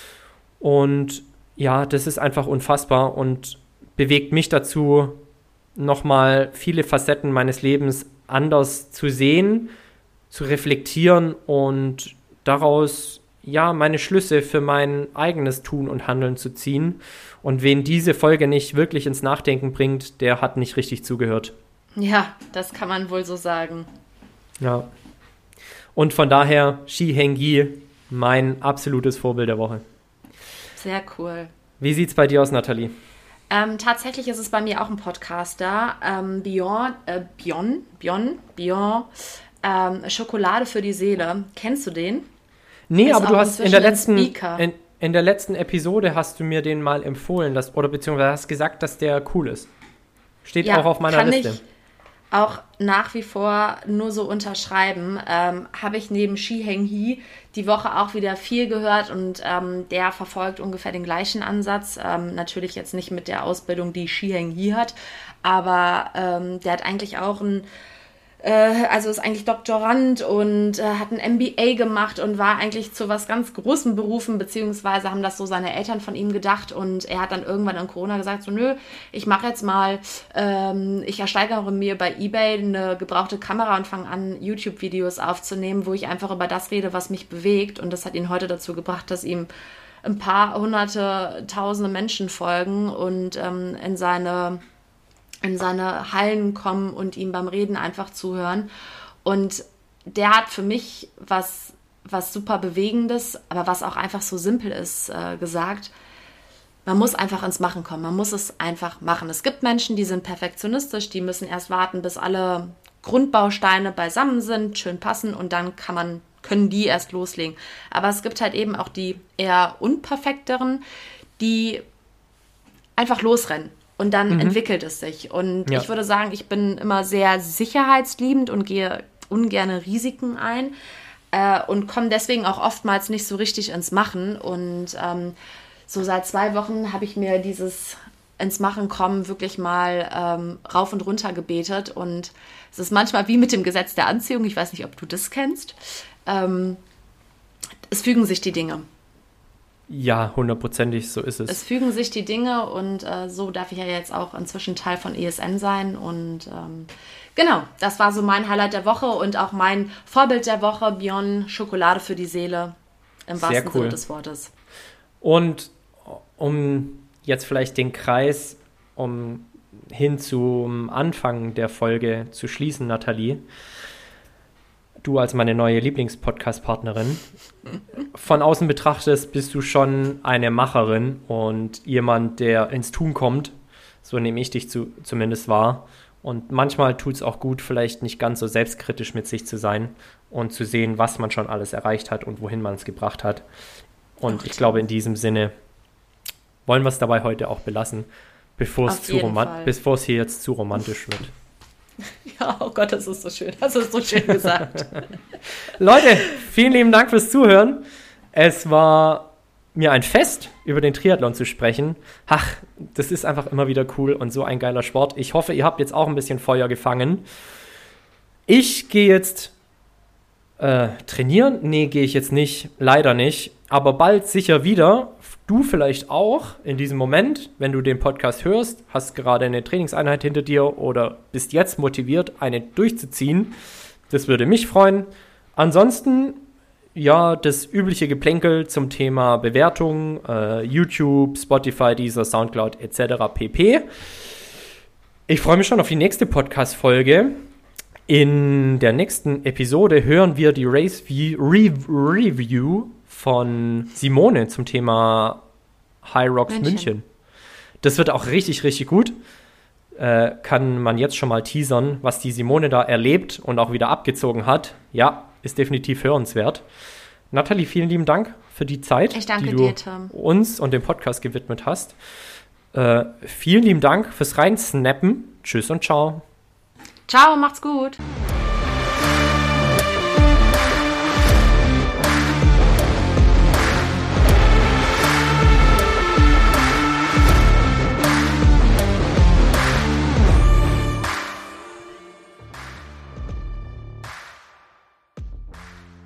Und ja, das ist einfach unfassbar und bewegt mich dazu, nochmal viele Facetten meines Lebens anders zu sehen, zu reflektieren und daraus meine Schlüsse für mein eigenes Tun und Handeln zu ziehen. Und wen diese Folge nicht wirklich ins Nachdenken bringt, der hat nicht richtig zugehört. Ja, das kann man wohl so sagen. Ja. Und von daher, Shi Heng Yi, mein absolutes Vorbild der Woche. Sehr cool. Wie sieht's bei dir aus, Nathalie? Tatsächlich ist es bei mir auch ein Podcaster, Beyond Schokolade für die Seele. Kennst du den? Nee, aber du hast in der letzten Episode hast du mir den mal empfohlen, beziehungsweise hast gesagt, dass der cool ist. Steht auch auf meiner Liste. Ich auch nach wie vor nur so unterschreiben. Habe ich neben Shi Heng Hee die Woche auch wieder viel gehört und der verfolgt ungefähr den gleichen Ansatz. Natürlich jetzt nicht mit der Ausbildung, die Shi Heng Hee hat, aber der hat eigentlich auch ist eigentlich Doktorand und hat ein MBA gemacht und war eigentlich zu was ganz Großem berufen, beziehungsweise haben das so seine Eltern von ihm gedacht und er hat dann irgendwann in Corona gesagt, so nö, ich mache jetzt mal, ich ersteigere mir bei eBay eine gebrauchte Kamera und fange an, YouTube-Videos aufzunehmen, wo ich einfach über das rede, was mich bewegt, und das hat ihn heute dazu gebracht, dass ihm ein paar hunderte, tausende Menschen folgen und in seine Hallen kommen und ihm beim Reden einfach zuhören. Und der hat für mich was super Bewegendes, aber was auch einfach so simpel ist, gesagt. Man muss einfach ins Machen kommen. Man muss es einfach machen. Es gibt Menschen, die sind perfektionistisch, die müssen erst warten, bis alle Grundbausteine beisammen sind, schön passen, und dann können die erst loslegen. Aber es gibt halt eben auch die eher unperfekteren, die einfach losrennen. Und dann entwickelt es sich. Und ich würde sagen, ich bin immer sehr sicherheitsliebend und gehe ungern Risiken ein und komme deswegen auch oftmals nicht so richtig ins Machen. Und so seit 2 Wochen habe ich mir dieses ins Machen kommen wirklich mal rauf und runter gebetet. Und es ist manchmal wie mit dem Gesetz der Anziehung. Ich weiß nicht, ob du das kennst. Es fügen sich die Dinge. Ja, 100%, so ist es. Es fügen sich die Dinge und so darf ich ja jetzt auch inzwischen Teil von ESN sein. Und genau, das war so mein Highlight der Woche und auch mein Vorbild der Woche, Beyond Schokolade für die Seele, im wahrsten Sinne des Wortes. Und um jetzt vielleicht den Kreis hin zum Anfang der Folge zu schließen, Nathalie, du als meine neue Lieblingspodcast-Partnerin, von außen betrachtest, bist du schon eine Macherin und jemand, der ins Tun kommt. So nehme ich dich zumindest wahr. Und manchmal tut es auch gut, vielleicht nicht ganz so selbstkritisch mit sich zu sein und zu sehen, was man schon alles erreicht hat und wohin man es gebracht hat. Und ich glaube, in diesem Sinne wollen wir es dabei heute auch belassen, bevor es hier jetzt zu romantisch wird. Ja, oh Gott, das ist so schön. Das ist so schön gesagt. Leute, vielen lieben Dank fürs Zuhören. Es war mir ein Fest, über den Triathlon zu sprechen. Ach, das ist einfach immer wieder cool und so ein geiler Sport. Ich hoffe, ihr habt jetzt auch ein bisschen Feuer gefangen. Ich gehe jetzt trainieren. Nee, gehe ich jetzt nicht. Leider nicht. Aber bald sicher wieder. Du vielleicht auch in diesem Moment, wenn du den Podcast hörst, hast gerade eine Trainingseinheit hinter dir oder bist jetzt motiviert, eine durchzuziehen. Das würde mich freuen. Ansonsten, ja, das übliche Geplänkel zum Thema Bewertung, YouTube, Spotify, Deezer, Soundcloud etc. pp. Ich freue mich schon auf die nächste Podcast-Folge. In der nächsten Episode hören wir die Race Review von Simone zum Thema High Rocks München. Das wird auch richtig, richtig gut. Kann man jetzt schon mal teasern, was die Simone da erlebt und auch wieder abgezogen hat. Ja, ist definitiv hörenswert. Nathalie, vielen lieben Dank für die Zeit, die du uns und dem Podcast gewidmet hast. Vielen lieben Dank fürs Reinsnappen. Tschüss und ciao. Ciao, macht's gut.